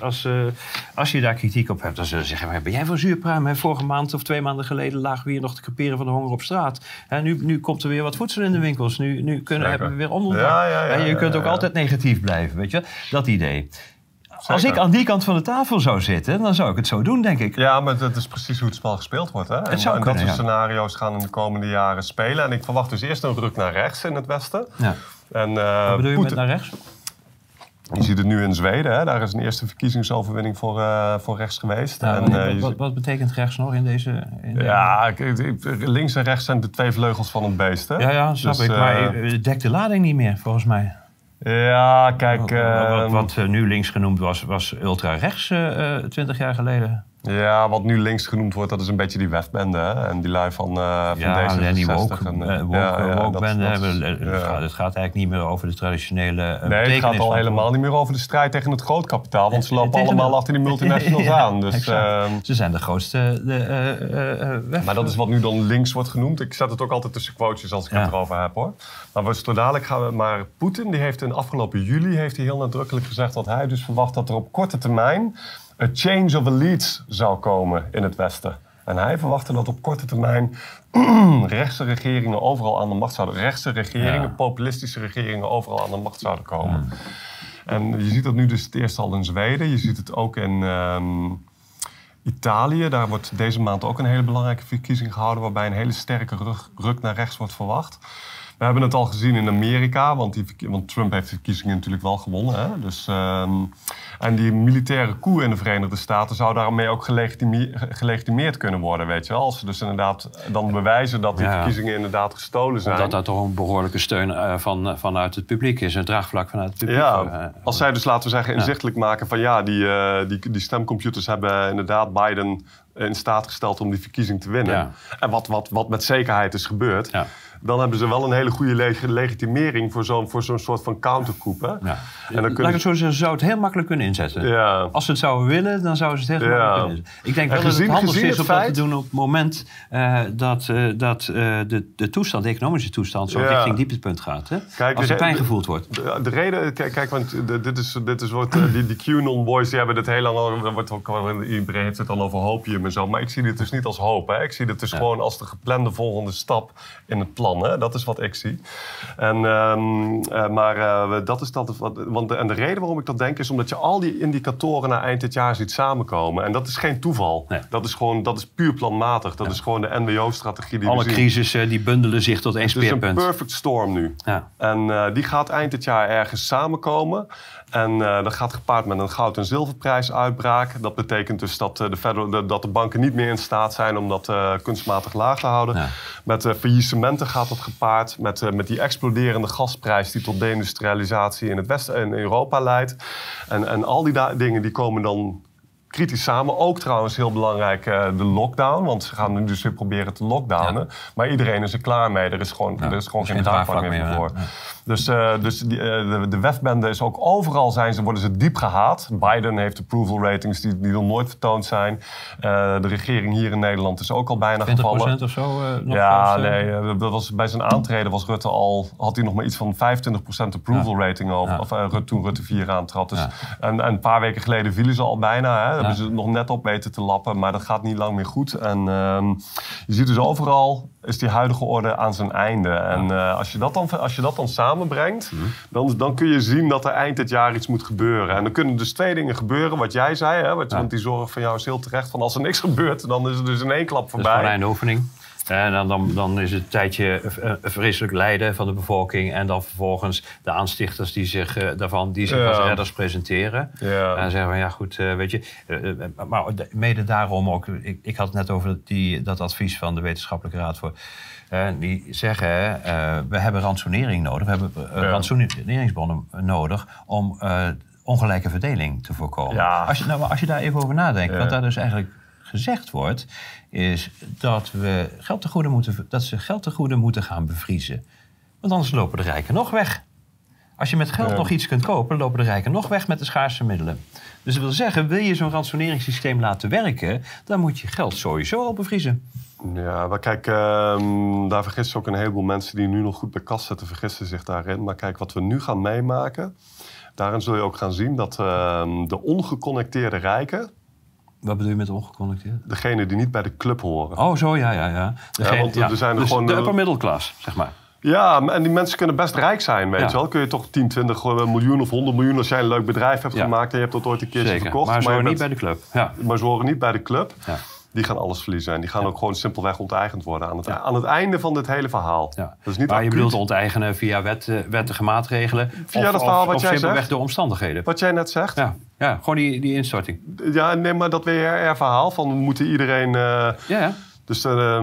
als je daar kritiek op hebt, dan zullen ze zeggen... Maar ben jij voor zuurpruim? Vorige maand of 2 maanden geleden lagen we hier nog te creperen van de honger op straat. Nu komt er weer wat voedsel in de winkels. Nu hebben we weer onderdak. En je kunt ook altijd negatief blijven, weet je. Dat idee. Zeker. Als ik aan die kant van de tafel zou zitten, dan zou ik het zo doen, denk ik. Ja, maar dat is precies hoe het spel gespeeld wordt. Hè? En dat soort scenario's gaan in de komende jaren spelen. En ik verwacht dus eerst een ruk naar rechts in het westen. Ja. En, wat bedoel je met naar rechts? Je ziet het nu in Zweden. Hè? Daar is een eerste verkiezingsoverwinning voor rechts geweest. Ja, en, wat betekent rechts nog in deze... Ja, links en rechts zijn de 2 vleugels van het beest. Hè? Ja, snap ik. Maar het dekt de lading niet meer, volgens mij. Ja, kijk... Wat nu links genoemd was ultra-rechts 20 jaar geleden. Ja, wat nu links genoemd wordt, dat is een beetje die WEF-bende. En die lui van deze en die woke-bende. Het gaat eigenlijk niet meer over de traditionele nee, het gaat al helemaal niet meer over de strijd tegen het grootkapitaal. Want ze lopen allemaal achter die multinationals aan. Dus, ze zijn de grootste WEF. Maar dat is wat nu dan links wordt genoemd. Ik zet het ook altijd tussen quotes als ik het erover heb, hoor. Maar zo dadelijk gaan we... Maar Poetin, die heeft in afgelopen juli heel nadrukkelijk gezegd dat hij dus verwacht dat er op korte termijn een change of elites zou komen in het Westen. En hij verwachtte dat op korte termijn rechtse regeringen overal aan de macht zouden... Rechtse regeringen, populistische regeringen overal aan de macht zouden komen. En je ziet dat nu dus het eerst al in Zweden. Je ziet het ook in Italië. Daar wordt deze maand ook een hele belangrijke verkiezing gehouden... waarbij een hele sterke ruk naar rechts wordt verwacht. We hebben het al gezien in Amerika, want Trump heeft de verkiezingen natuurlijk wel gewonnen. Hè? Dus, en die militaire coup in de Verenigde Staten zou daarmee ook gelegitimeerd kunnen worden, weet je wel. Als ze dus inderdaad dan bewijzen dat die verkiezingen inderdaad gestolen zijn. Omdat daar toch een behoorlijke steun vanuit het publiek is, een draagvlak vanuit het publiek. Ja, als zij dus, laten we zeggen, inzichtelijk maken van ja, die stemcomputers hebben inderdaad Biden in staat gesteld om die verkiezing te winnen. Ja. En wat met zekerheid is gebeurd. Ja. Dan hebben ze wel een hele goede legitimering voor zo'n soort van countercoup. Hè? Ja. En dan laat ik het zo zeggen, ze zouden het heel makkelijk kunnen inzetten. Ja. Als ze het zouden willen, dan zouden ze het heel makkelijk kunnen inzetten. Ik denk wel dat het handig is om dat te doen op het moment dat de toestand, de economische toestand, zo richting dieptepunt gaat. Hè? Kijk, als er pijn gevoeld wordt. De reden, kijk, want dit is wat die QAnon boys, die hebben dit heel lang al, iedereen heeft het dan over hopium en zo. Maar ik zie dit dus niet als hoop. Hè? Ik zie dit dus gewoon als de geplande volgende stap in het plan. Hè? Dat is wat ik zie. En, dat is dat. En de reden waarom ik dat denk is omdat je al die indicatoren na eind dit jaar ziet samenkomen. En dat is geen toeval. Nee. Dat is puur planmatig. Dat is gewoon de NWO-strategie die alle crisissen die bundelen zich tot één speerpunt. Het is een perfect storm nu. Ja. En die gaat eind dit jaar ergens samenkomen. En dat gaat gepaard met een goud- en zilverprijsuitbraak. Dat betekent dus dat de banken niet meer in staat zijn om dat kunstmatig laag te houden. Ja. Met faillissementen gaat dat gepaard. Met die exploderende gasprijs die tot deindustrialisatie in het Westen en Europa leidt. En al die dingen die komen dan kritisch samen. Ook trouwens heel belangrijk de lockdown. Want ze gaan nu dus weer proberen te lockdownen. Ja. Maar iedereen is er klaar mee. Er is gewoon geen draagvlak meer voor. Ja. Dus de WEF-bende is ook overal worden ze diep gehaat. Biden heeft approval ratings die nog nooit vertoond zijn. De regering hier in Nederland is ook al bijna 20% gevallen. 20% of zo? Dat was bij zijn aantreden Rutte had hij nog maar iets van 25% approval rating over. Of toen Rutte 4 aantrad. Dus, en een paar weken geleden vielen ze al bijna. Hè? Daar hebben ze het nog net op weten te lappen. Maar dat gaat niet lang meer goed. En je ziet dus overal is die huidige orde aan zijn einde. En als je dat dan samenbrengt, dan kun je zien dat er eind dit jaar iets moet gebeuren. En dan kunnen dus 2 dingen gebeuren, wat jij zei. Hè? Want die zorg van jou is heel terecht. Van als er niks gebeurt, dan is het dus in 1 klap voorbij. Dat is gewoon een eindoefening. En dan is het een tijdje vreselijk lijden van de bevolking. En dan vervolgens de aanstichters die zich als redders presenteren. Ja. En zeggen van ja goed, weet je. Maar mede daarom ook. Ik had het net over dat advies van de Wetenschappelijke Raad voor. Die zeggen, we hebben ransonering nodig. We hebben ransoneringsbronnen nodig om ongelijke verdeling te voorkomen. Ja. Als je daar even over nadenkt, wat daar dus eigenlijk gezegd wordt, is dat ze geldtegoeden moeten gaan bevriezen. Want anders lopen de rijken nog weg. Als je met geld nog iets kunt kopen, lopen de rijken nog weg met de schaarse middelen. Dus dat wil zeggen, wil je zo'n ransoneringssysteem laten werken, dan moet je geld sowieso al bevriezen. Ja, maar kijk, daar vergissen ook een heleboel mensen die nu nog goed bij kas zitten, vergissen zich daarin. Maar kijk, wat we nu gaan meemaken, daarin zul je ook gaan zien dat de ongeconnecteerde rijken... Wat bedoel je met ongeconnecteerd? Degene die niet bij de club horen. Oh, zo, ja. Want er zijn dus gewoon de upper middle class, zeg maar. Ja, en die mensen kunnen best rijk zijn, weet je wel. Kun je toch 10, 20 miljoen of 100 miljoen... als jij een leuk bedrijf hebt gemaakt en je hebt dat ooit een keertje verkocht. Maar ze horen niet bij de club. Ja. Maar ze horen niet bij de club. Ja. Die gaan alles verliezen. En die gaan ook gewoon simpelweg onteigend worden aan het einde van dit hele verhaal. Ja. Dat is niet maar je bedoelt onteigenen via wettige maatregelen? Via dat verhaal wat jij simpelweg zegt? door omstandigheden? Wat jij net zegt? Ja, gewoon die instorting. Ja, nee, maar dat WRR-verhaal van we moeten iedereen... Ja. Dus,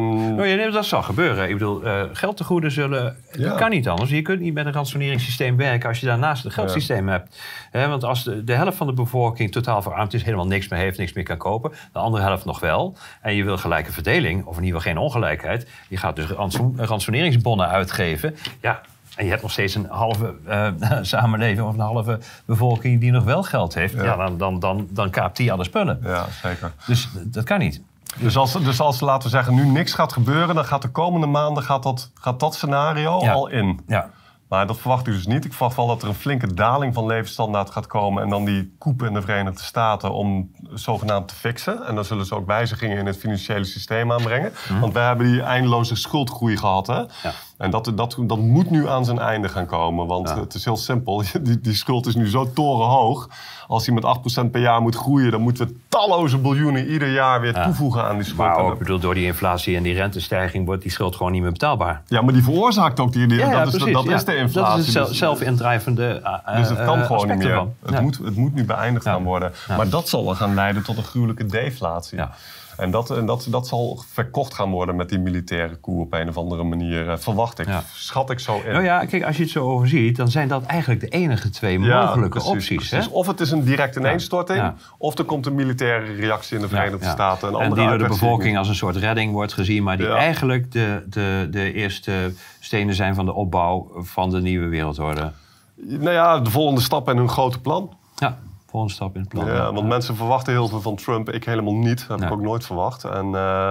dat zal gebeuren. Ik bedoel, geldtegoeden zullen... Dat kan niet anders. Je kunt niet met een ransoneringssysteem werken als je daarnaast een geldsysteem hebt. Want als de helft van de bevolking totaal verarmd is, helemaal niks meer heeft, niks meer kan kopen, de andere helft nog wel. En je wil gelijke verdeling, of in ieder geval geen ongelijkheid. Je gaat dus ransoneringsbonnen uitgeven. Ja. En je hebt nog steeds een halve samenleving of een halve bevolking die nog wel geld heeft. Ja, dan kaapt die alle spullen. Ja, zeker. Dus dat kan niet. Dus als laten we zeggen, nu niks gaat gebeuren, dan gaat de komende maanden gaat dat scenario al in. Ja. Maar dat verwacht ik dus niet. Ik verwacht wel dat er een flinke daling van levensstandaard gaat komen en dan die coup in de Verenigde Staten om zogenaamd te fixen. En dan zullen ze ook wijzigingen in het financiële systeem aanbrengen. Want wij hebben die eindeloze schuldgroei gehad. Hè? Ja. En dat moet nu aan zijn einde gaan komen. Want het is heel simpel. Die schuld is nu zo torenhoog. Als die met 8% per jaar moet groeien, dan moeten we talloze biljoenen ieder jaar weer toevoegen aan die schuld. Maar ook, ik bedoel, door die inflatie en die rentestijging wordt die schuld gewoon niet meer betaalbaar. Ja, maar die veroorzaakt ook die. Dat is de inflatie. Dat is het zelfindrijvende dus het kan gewoon niet meer. Van. Het moet nu beëindigd gaan worden. Ja. Maar dat zal gaan leiden tot een gruwelijke deflatie. Ja. En dat zal verkocht gaan worden met die militaire coup op een of andere manier, verwacht ik. Ja. Schat ik zo in. Nou ja, kijk, als je het zo overziet, dan zijn dat eigenlijk de enige twee mogelijke opties. Precies. Of het is een directe ineenstorting, of er komt een militaire reactie in de Verenigde Staten. En die door de bevolking als een soort redding wordt gezien, maar die eigenlijk de eerste stenen zijn van de opbouw van de nieuwe wereldorde. Nou ja, de volgende stap in hun grote plan. Ja. Volgende stap in het plan. Ja, want mensen verwachten heel veel van Trump. Ik helemaal niet. Dat heb ik ook nooit verwacht. En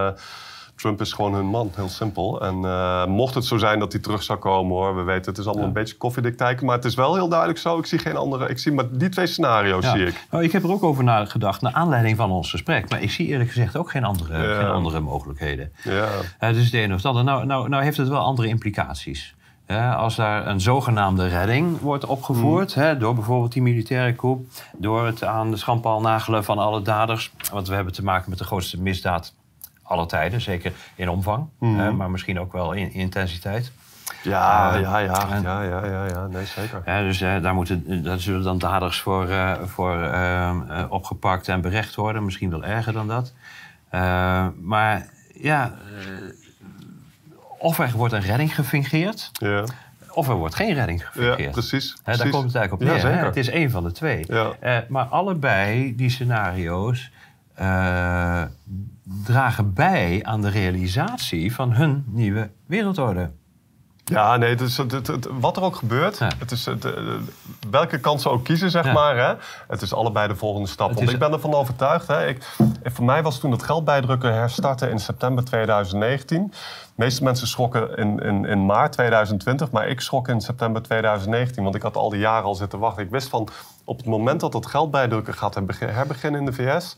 Trump is gewoon hun man, heel simpel. En mocht het zo zijn dat hij terug zou komen, hoor. We weten, het is allemaal een beetje koffiediktijk. Maar het is wel heel duidelijk zo. Ik zie geen andere. Ik zie maar die twee scenario's zie ik. Nou, ik heb er ook over nagedacht, naar aanleiding van ons gesprek. Maar ik zie eerlijk gezegd ook geen andere mogelijkheden. Ja. Dus het een of het ander. Nou heeft het wel andere implicaties. Als daar een zogenaamde redding wordt opgevoerd, door bijvoorbeeld die militaire coup, door het aan de schandpaal nagelen van alle daders, want we hebben te maken met de grootste misdaad aller tijden, zeker in omvang, maar misschien ook wel in intensiteit. Ja, nee, zeker. Dus daar zullen dan daders voor opgepakt en berecht worden, misschien wel erger dan dat. Maar ja... Of er wordt een redding gefingeerd, of er wordt geen redding gefingeerd. Ja, precies. Daar komt het eigenlijk op neer. Ja, het is één van de twee. Ja. Maar allebei die scenario's dragen bij aan de realisatie van hun nieuwe wereldorde. Ja, nee, wat er ook gebeurt, welke kant ze ook kiezen, zeg maar. Hè, het is allebei de volgende stap. Want ik ben ervan overtuigd. Voor mij was toen het geldbijdrukken herstarten in september 2019. De meeste mensen schrokken in maart 2020, maar ik schrok in september 2019. Want ik had al die jaren al zitten wachten. Ik wist van, op het moment dat het geldbijdrukken gaat herbeginnen in de VS...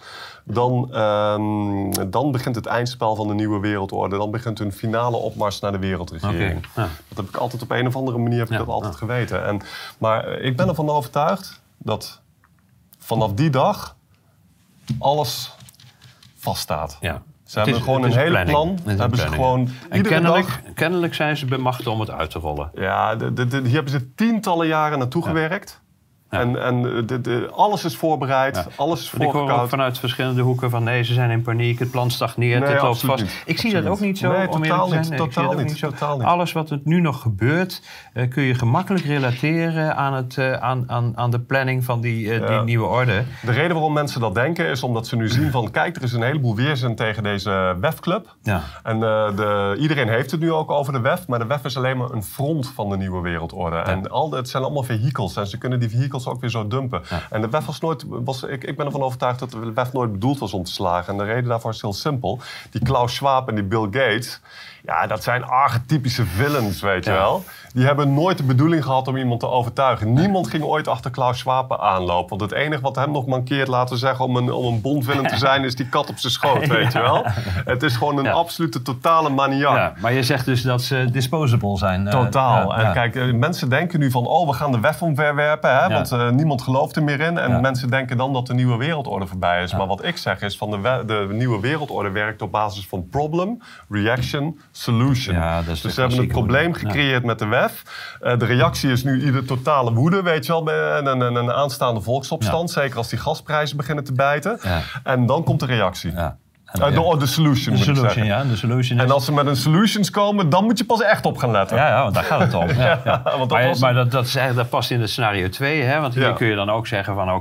Dan begint het eindspel van de nieuwe wereldorde. Dan begint hun finale opmars naar de wereldregering. Okay. Dat heb ik altijd op een of andere manier altijd geweten. Maar ik ben ervan overtuigd dat vanaf die dag alles vaststaat. Ja. Ze hebben gewoon een hele plan. Kennelijk zijn ze bemachtigd om het uit te rollen. Ja, hier hebben ze tientallen jaren naartoe gewerkt. Ja. En alles is voorbereid, alles is voorgekoud. Ik hoor ook vanuit verschillende hoeken van nee, ze zijn in paniek, het plan stagneert, het loopt vast. Ik zie dat ook niet zo, nee, om eerlijk te zijn. Totaal niet. Alles wat er nu nog gebeurt, kun je gemakkelijk relateren aan de planning van die nieuwe orde. De reden waarom mensen dat denken is omdat ze nu zien van kijk, er is een heleboel weerzin tegen deze WEF-club. Ja. En iedereen heeft het nu ook over de WEF, maar de WEF is alleen maar een front van de nieuwe wereldorde. Ja. En het zijn allemaal vehicles en ze kunnen die vehicles ook weer zo dumpen. Ja. En de WEF ik ben ervan overtuigd dat de WEF nooit bedoeld was om te slagen. En de reden daarvoor is heel simpel. Die Klaus Schwab en die Bill Gates, ja, dat zijn archetypische villains, weet je wel. Die hebben nooit de bedoeling gehad om iemand te overtuigen. Niemand ging ooit achter Klaus Schwab aanlopen. Want het enige wat hem nog mankeert, laten we zeggen, om een bondvillain te zijn, is die kat op zijn schoot, weet je wel. Het is gewoon een absolute, totale maniak. Ja, maar je zegt dus dat ze disposable zijn. Totaal. En kijk, mensen denken nu van, we gaan de WEF omverwerpen, hè, want niemand gelooft er meer in. En mensen denken dan dat de nieuwe wereldorde voorbij is. Maar wat ik zeg is, van de nieuwe wereldorde werkt op basis van problem, reaction, solution. Ja, dus ze hebben een probleem gecreëerd met de WEF. De reactie is nu ieder totale woede, weet je wel, en een aanstaande volksopstand. Ja. Zeker als die gasprijzen beginnen te bijten. Ja. En dan komt de reactie. Ja. De solution, moet ik zeggen. Ja, de solution is... En als ze met een solutions komen, dan moet je pas echt op gaan letten. Ja, want daar gaat het om. Maar dat past in de scenario 2, hè? Want hier kun je dan ook zeggen van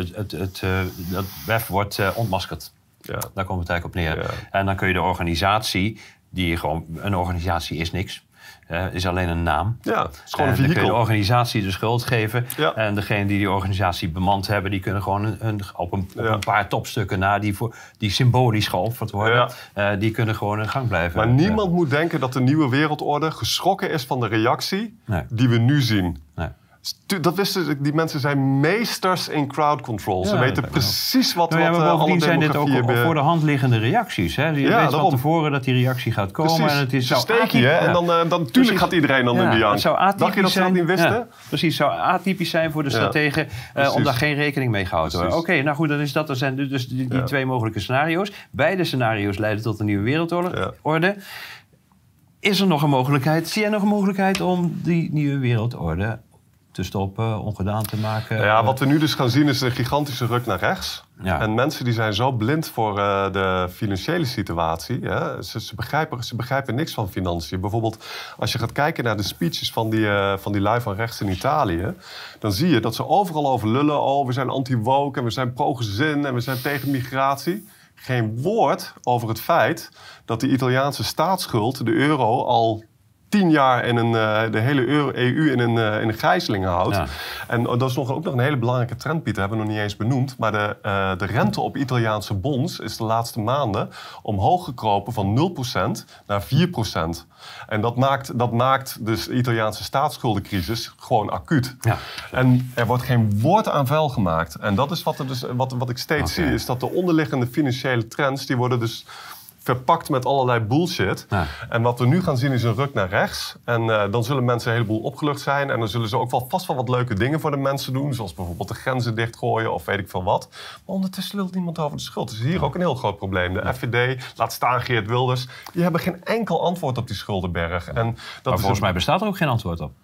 dat WEF wordt ontmaskerd. Ja. Daar komt het eigenlijk op neer. Ja. En dan kun je de organisatie, een organisatie is niks. Is alleen een naam. Ja, het is gewoon een vehikel. Dan kun je de organisatie de schuld geven. Ja. En degene die organisatie bemand hebben, die kunnen gewoon op een paar topstukken na, die symbolisch geofferd worden, die kunnen gewoon in gang blijven. Maar niemand moet denken dat de nieuwe wereldorde geschrokken is van de reactie die we nu zien. Nee. Dat wisten die mensen zijn meesters in crowd control. Ze weten precies wat bovendien zijn dit ook voor de hand liggende reacties. Hè? Je weet van tevoren dat die reactie gaat komen. Precies. En het is steekje, hè? En dan natuurlijk gaat iedereen dan in de jank. Dacht je dat ze dat niet wisten? Ja, precies, het zou atypisch zijn voor de strategen om daar geen rekening mee gehouden te worden. Oké, nou goed, dan is dat. Er zijn dus die twee mogelijke scenario's. Beide scenario's leiden tot een nieuwe wereldorde. Is er nog een mogelijkheid? Zie jij nog een mogelijkheid om die nieuwe wereldorde te stoppen, ongedaan te maken? Ja, wat we nu dus gaan zien is een gigantische ruk naar rechts. Ja. En mensen die zijn zo blind voor de financiële situatie. Hè? Ze begrijpen niks van financiën. Bijvoorbeeld, als je gaat kijken naar de speeches van die lui van rechts in Italië, dan zie je dat ze overal over lullen. We zijn anti-woke en we zijn pro-gezin en we zijn tegen migratie. Geen woord over het feit dat de Italiaanse staatsschuld, de euro, al 10 jaar de hele EU in een gijzeling houdt. Ja. En dat is ook nog een hele belangrijke trend, Pieter, hebben we nog niet eens benoemd. Maar de rente op Italiaanse bonds is de laatste maanden omhoog gekropen van 0% naar 4%. En dat maakt dus de Italiaanse staatsschuldencrisis gewoon acuut. Ja. En er wordt geen woord aan vuil gemaakt. En dat is wat ik steeds zie, is dat de onderliggende financiële trends, die worden dus verpakt met allerlei bullshit. Ja. En wat we nu gaan zien is een ruk naar rechts. En dan zullen mensen een heleboel opgelucht zijn. En dan zullen ze ook vast wel wat leuke dingen voor de mensen doen. Zoals bijvoorbeeld de grenzen dichtgooien of weet ik veel wat. Maar ondertussen lult niemand over de schuld. Dus hier ook een heel groot probleem. De FVD, laat staan Geert Wilders, die hebben geen enkel antwoord op die schuldenberg. En maar volgens mij bestaat er ook geen antwoord op.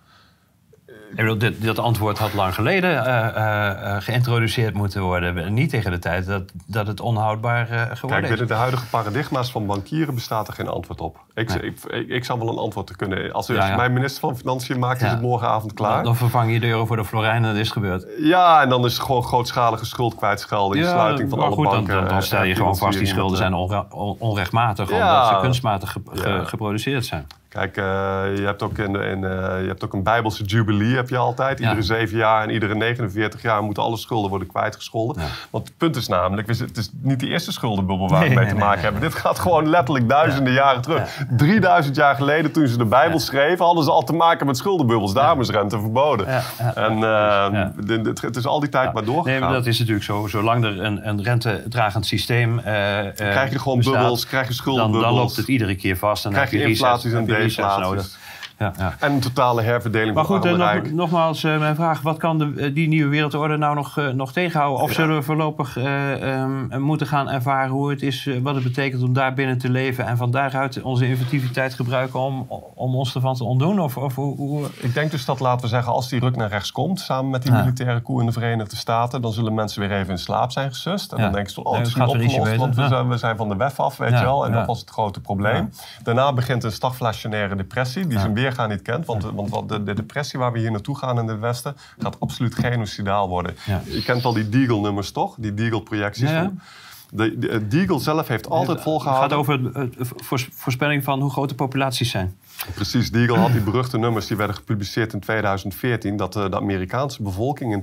Dat antwoord had lang geleden geïntroduceerd moeten worden. Niet tegen de tijd dat het onhoudbaar geworden is. Kijk, binnen de huidige paradigma's van bankieren bestaat er geen antwoord op. Ik zou wel een antwoord kunnen. Als mijn minister van Financiën maakt, is het morgenavond klaar. Dan vervang je de euro voor de florijn en dat is gebeurd. Ja, en dan is het gewoon grootschalige schuldkwijtschelding, sluiting van alle banken. Dan stel je gewoon vast, die schulden zijn onrechtmatig, omdat ze kunstmatig geproduceerd zijn. Kijk, je hebt ook een Bijbelse jubilee, heb je altijd. Iedere 7 jaar en iedere 49 jaar moeten alle schulden worden kwijtgescholden. Ja. Want het punt is namelijk, het is niet de eerste schuldenbubbel waar we mee te maken hebben. Dit gaat gewoon letterlijk duizenden jaren terug. 3000 jaar geleden, toen ze de Bijbel schreven, hadden ze al te maken met schuldenbubbels. Daarom is rente verboden. En het is al die tijd maar doorgegaan. Nee, maar dat is natuurlijk zo. Zolang er een rentedragend systeem krijg je gewoon bubbels, krijg je schuldenbubbels. Dan loopt het iedere keer vast. En krijg je inflaties en deflaties nodig. Ja. En een totale herverdeling Maar van goed, arm en rijk. nogmaals mijn vraag. Wat kan die nieuwe wereldorde nou nog tegenhouden? Of zullen we voorlopig moeten gaan ervaren hoe het is, wat het betekent om daar binnen te leven en van daaruit onze inventiviteit gebruiken om ons ervan te ontdoen? Of hoe? Ik denk dus dat, laten we zeggen, als die ruk naar rechts komt, samen met die militaire coup in de Verenigde Staten, dan zullen mensen weer even in slaap zijn gesust. En dan denken ze, het is nu opgelost, want we zijn van de WEF af, weet je wel. En dat was het grote probleem. Daarna begint een stagflationaire depressie, die zijn weerga niet kent. Want de depressie waar we hier naartoe gaan in het Westen, gaat absoluut genocidaal worden. Ja. Je kent wel die Deagle-nummers, toch? Die Deagle-projecties. Ja. Deagle zelf heeft altijd volgehouden. Het gaat over de voorspelling van hoe groot de populaties zijn. Precies, Deagle had die beruchte nummers, die werden gepubliceerd in 2014... dat de Amerikaanse bevolking in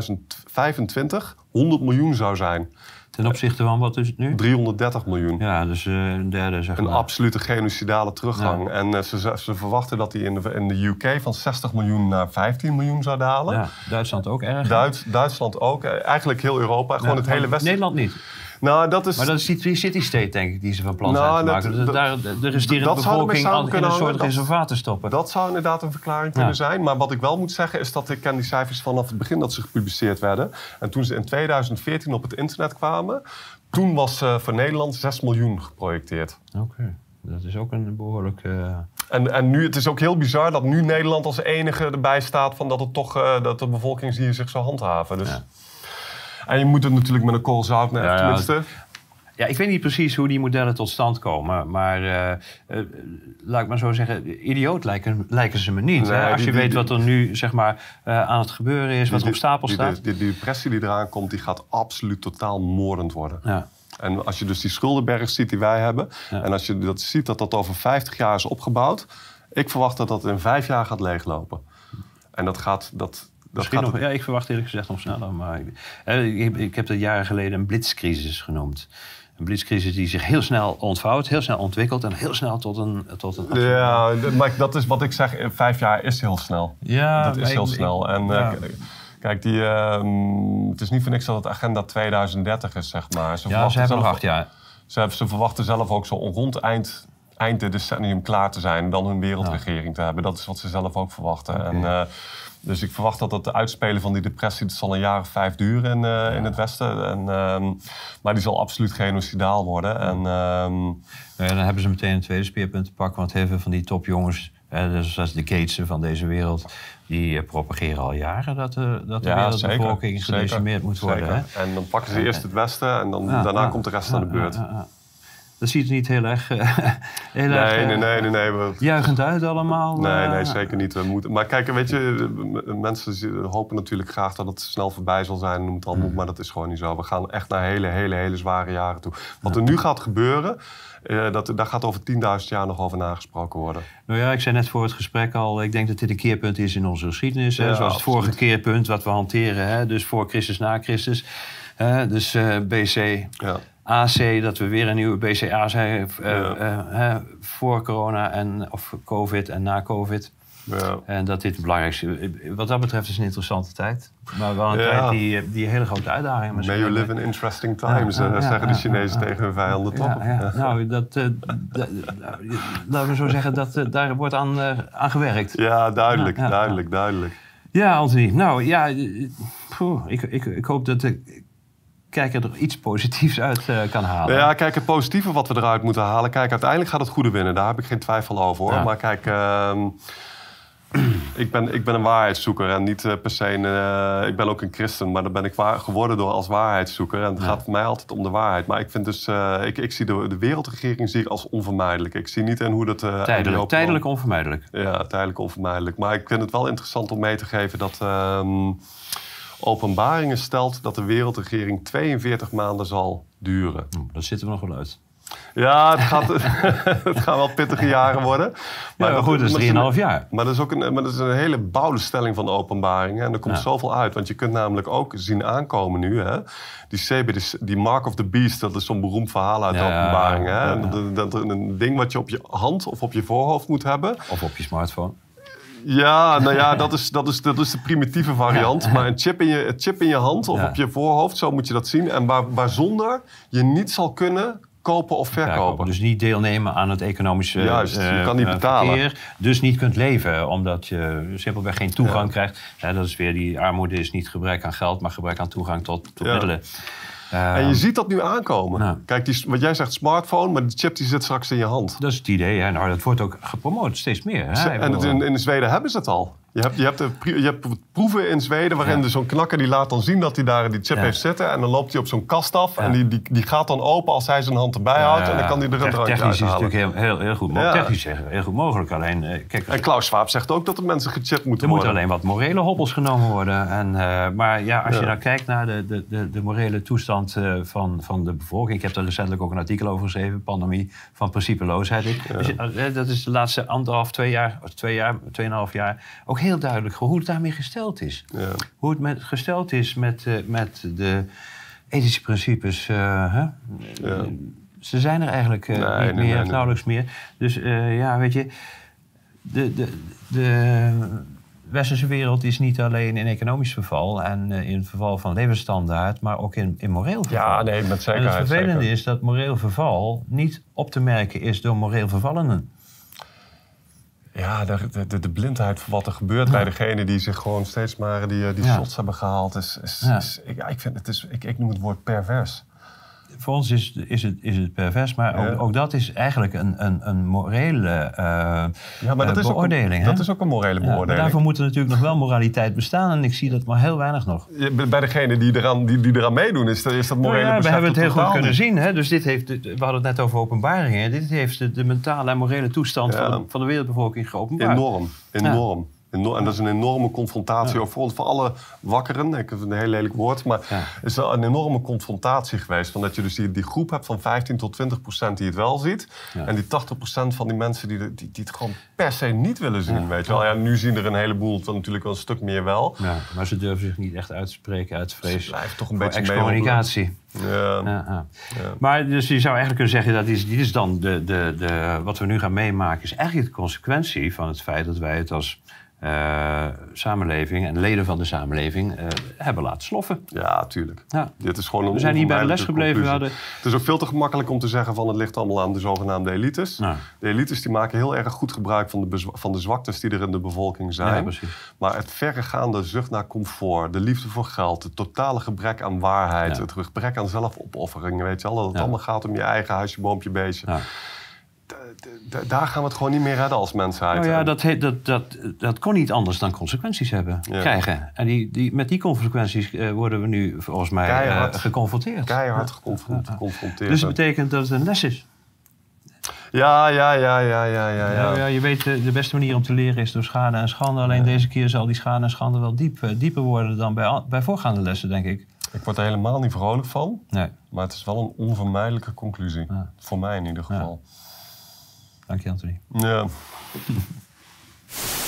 2025 100 miljoen zou zijn. Ten opzichte van, wat is het nu? 330 miljoen. Ja, dus een derde, zeg maar. Een absolute genocidale teruggang. Ja. En ze verwachten dat die in de UK van 60 miljoen naar 15 miljoen zou dalen. Ja, Duitsland ook erg. Duitsland ook. Eigenlijk heel Europa. Gewoon het hele Westen. Nederland niet. Nou, dat is... Maar dat is die city-state, denk ik, die ze van plan zijn te maken. Daar de resterende bevolking in een soort reservaat te stoppen. Dat zou inderdaad een verklaring kunnen zijn. Maar wat ik wel moet zeggen is dat ik ken die cijfers vanaf het begin dat ze gepubliceerd werden. En toen ze in 2014 op het internet kwamen, toen was voor Nederland 6 miljoen geprojecteerd. Oké. Dat is ook een behoorlijk... En nu, het is ook heel bizar dat nu Nederland als enige erbij staat van dat het toch dat de bevolking hier zich zou handhaven. Dus... Ja. En je moet het natuurlijk met een korrel zout nemen, tenminste. Ja, ik weet niet precies hoe die modellen tot stand komen. Maar laat ik maar zo zeggen, idioot lijken ze me niet. Nee, als je weet wat er nu zeg maar, aan het gebeuren is, wat er op stapel staat. Die depressie die eraan komt, die gaat absoluut totaal moordend worden. Ja. En als je dus die schuldenberg ziet die wij hebben... en als je dat ziet dat over 50 jaar is opgebouwd... ik verwacht dat dat in 5 jaar gaat leeglopen. En dat gaat... Ja, ik verwacht eerlijk gezegd nog sneller. Maar ik heb dat jaren geleden een blitzcrisis genoemd. Een blitzcrisis die zich heel snel ontvouwt, heel snel ontwikkelt... en heel snel tot een ja, maar dat is wat ik zeg. 5 jaar is heel snel. Ja, dat is heel snel. En kijk, het is niet voor niks dat het agenda 2030 is, zeg maar. Ze hebben nog 8 jaar. Ze verwachten zelf ook zo rond eind dit decennium klaar te zijn... en dan hun wereldregering te hebben. Dat is wat ze zelf ook verwachten. Okay. En, dus ik verwacht dat het uitspelen van die depressie... dat zal een jaar of 5 duren in het Westen. En, maar die zal absoluut genocidaal worden. En, dan hebben ze meteen een tweede speerpunt te pakken. Want heel veel van die topjongens... dus zoals de Gatesen van deze wereld... die propageren al jaren dat de wereldbevolking gedecimeerd moet worden. Hè? En dan pakken ze eerst het Westen... en dan, daarna komt de rest aan de beurt. Dat ziet er niet heel erg, nee. Juichend uit allemaal. Nee, zeker niet. Maar kijk, weet je, mensen hopen natuurlijk graag dat het snel voorbij zal zijn. Noem het allemaal, maar dat is gewoon niet zo. We gaan echt naar hele zware jaren toe. Wat er nu gaat gebeuren, daar gaat over 10.000 jaar nog over nagesproken worden. Nou ja, ik zei net voor het gesprek al, ik denk dat dit een keerpunt is in onze geschiedenis. Ja, zoals het vorige keerpunt wat we hanteren. Hè? Dus voor Christus, na Christus. Dus BC... Ja. AC, dat we weer een nieuwe BCA zijn voor corona of COVID en na COVID. Ja. En dat dit het belangrijkste... Wat dat betreft is een interessante tijd. Maar wel een tijd die hele grote uitdagingen... May you live in interesting times, zeggen de Chinezen tegen hun vijanden, toch? Nou, laten we zo zeggen, daar wordt aan gewerkt. Ja, duidelijk. Ja, Anthony. Nou, ja... Ik hoop dat de kijker er iets positiefs uit kan halen. Ja, kijk, het positieve wat we eruit moeten halen... Kijk, uiteindelijk gaat het goede winnen. Daar heb ik geen twijfel over, hoor. Ja. Maar kijk... Ik ben een waarheidszoeker en niet per se ik ben ook een christen, maar daar ben ik geworden als waarheidszoeker. En het gaat voor mij altijd om de waarheid. Maar ik vind dus, ik zie de wereldregering zie ik als onvermijdelijk. Ik zie niet in hoe dat... tijdelijk onvermijdelijk. Ja, tijdelijk onvermijdelijk. Maar ik vind het wel interessant om mee te geven dat... Openbaringen stelt dat de wereldregering 42 maanden zal duren. Daar zitten we nog wel uit. Ja, het gaan wel pittige jaren worden. Maar goed, dat is 3,5 jaar. Maar dat is een hele bouwde stelling van de openbaringen. En er komt zoveel uit. Want je kunt namelijk ook zien aankomen nu... Hè, die Mark of the Beast, dat is zo'n beroemd verhaal uit de openbaringen. Hè, dat een ding wat je op je hand of op je voorhoofd moet hebben. Of op je smartphone. Ja, nou ja, dat is de primitieve variant. Ja. Maar een chip in je hand of op je voorhoofd, zo moet je dat zien. En waar zonder je niet zal kunnen kopen of verkopen. Dus niet deelnemen aan het economische Juist, je kan niet betalen. verkeer. Dus niet kunt leven, omdat je simpelweg geen toegang krijgt. Ja, dat is weer die armoede is niet gebrek aan geld, maar gebrek aan toegang tot middelen. En je ziet dat nu aankomen. Nou. Kijk, wat jij zegt smartphone, maar die chip die zit straks in je hand. Dat is het idee. Hè? Nou, dat wordt ook gepromoot, steeds meer. Hè? En in Zweden hebben ze het al. Je hebt proeven in Zweden waarin zo'n knakker die laat dan zien dat hij daar die chip heeft zitten. En dan loopt hij op zo'n kast af en die gaat dan open als hij zijn hand erbij houdt. En dan kan hij er een drankje uithalen. Technisch is het natuurlijk heel goed mogelijk. Technisch heel goed mogelijk. Alleen, kijk, en Klaus Schwab zegt ook dat de mensen gechipt moeten worden. Er moeten alleen wat morele hobbels genomen worden. Maar ja, als je nou kijkt naar de morele toestand van de bevolking. Ik heb daar recentelijk ook een artikel over geschreven. Pandemie van principeloosheid. Dat is de laatste 2,5 jaar ook heel duidelijk hoe het daarmee gesteld is. Ja. Hoe het gesteld is met de ethische principes. Ze zijn er eigenlijk niet meer, nauwelijks meer. Dus weet je, de westerse wereld is niet alleen in economisch verval en in het verval van levensstandaard, maar ook in moreel verval. Ja, nee, met zekerheid. En het vervelende is dat moreel verval niet op te merken is door moreel vervallenen. Ja, de blindheid voor wat er gebeurt bij degene die zich gewoon steeds maar die shots hebben gehaald. Ik noem het woord pervers. Voor ons is het pervers, maar ook dat is eigenlijk een morele beoordeling. Dat is ook een morele beoordeling. Maar daarvoor moet er natuurlijk nog wel moraliteit bestaan en ik zie dat maar heel weinig nog. Bij degene die eraan meedoen is dat morele besef. We hebben het heel goed kunnen zien. Hè? Dus we hadden het net over openbaringen. Dit heeft de mentale en morele toestand van de wereldbevolking geopenbaard. Enorm. En dat is een enorme confrontatie, ook voor alle wakkeren. Ik heb een heel lelijk woord, maar het is wel een enorme confrontatie geweest. Van dat je dus die groep hebt van 15 tot 20% die het wel ziet. Ja. En die 80% van die mensen die het gewoon per se niet willen zien. Weet je wel. Ja, nu zien er een heleboel, natuurlijk wel een stuk meer wel. Ja, maar ze durven zich niet echt uit te spreken uit vrees. Ze blijft toch een beetje excommunicatie. Ja. Maar dus je zou eigenlijk kunnen zeggen dat dit is dan wat we nu gaan meemaken, is eigenlijk de consequentie van het feit dat wij het als samenleving en leden van de samenleving hebben laten sloffen. Ja, tuurlijk. Ja. Dit is gewoon we zijn hier bij de les gebleven. Het is ook veel te gemakkelijk om te zeggen van het ligt allemaal aan de zogenaamde elites. Nou. De elites die maken heel erg goed gebruik van de zwaktes die er in de bevolking zijn. Ja, precies. Maar het verregaande zucht naar comfort, de liefde voor geld, het totale gebrek aan waarheid, het gebrek aan zelfopoffering, weet je wel, dat het allemaal gaat om je eigen huisje, boompje, beestje. Ja. Daar gaan we het gewoon niet meer redden als mensheid. Nou ja, dat kon niet anders dan consequenties krijgen. En met die consequenties worden we nu volgens mij geconfronteerd. Keihard geconfronteerd. Dus het betekent dat het een les is. Ja. Je weet, de beste manier om te leren is door schade en schande. Alleen deze keer zal die schade en schande wel dieper worden dan bij voorgaande lessen, denk ik. Ik word er helemaal niet vrolijk van. Nee. Maar het is wel een onvermijdelijke conclusie. Ja. Voor mij in ieder geval. Dank je, Anthony. Ja.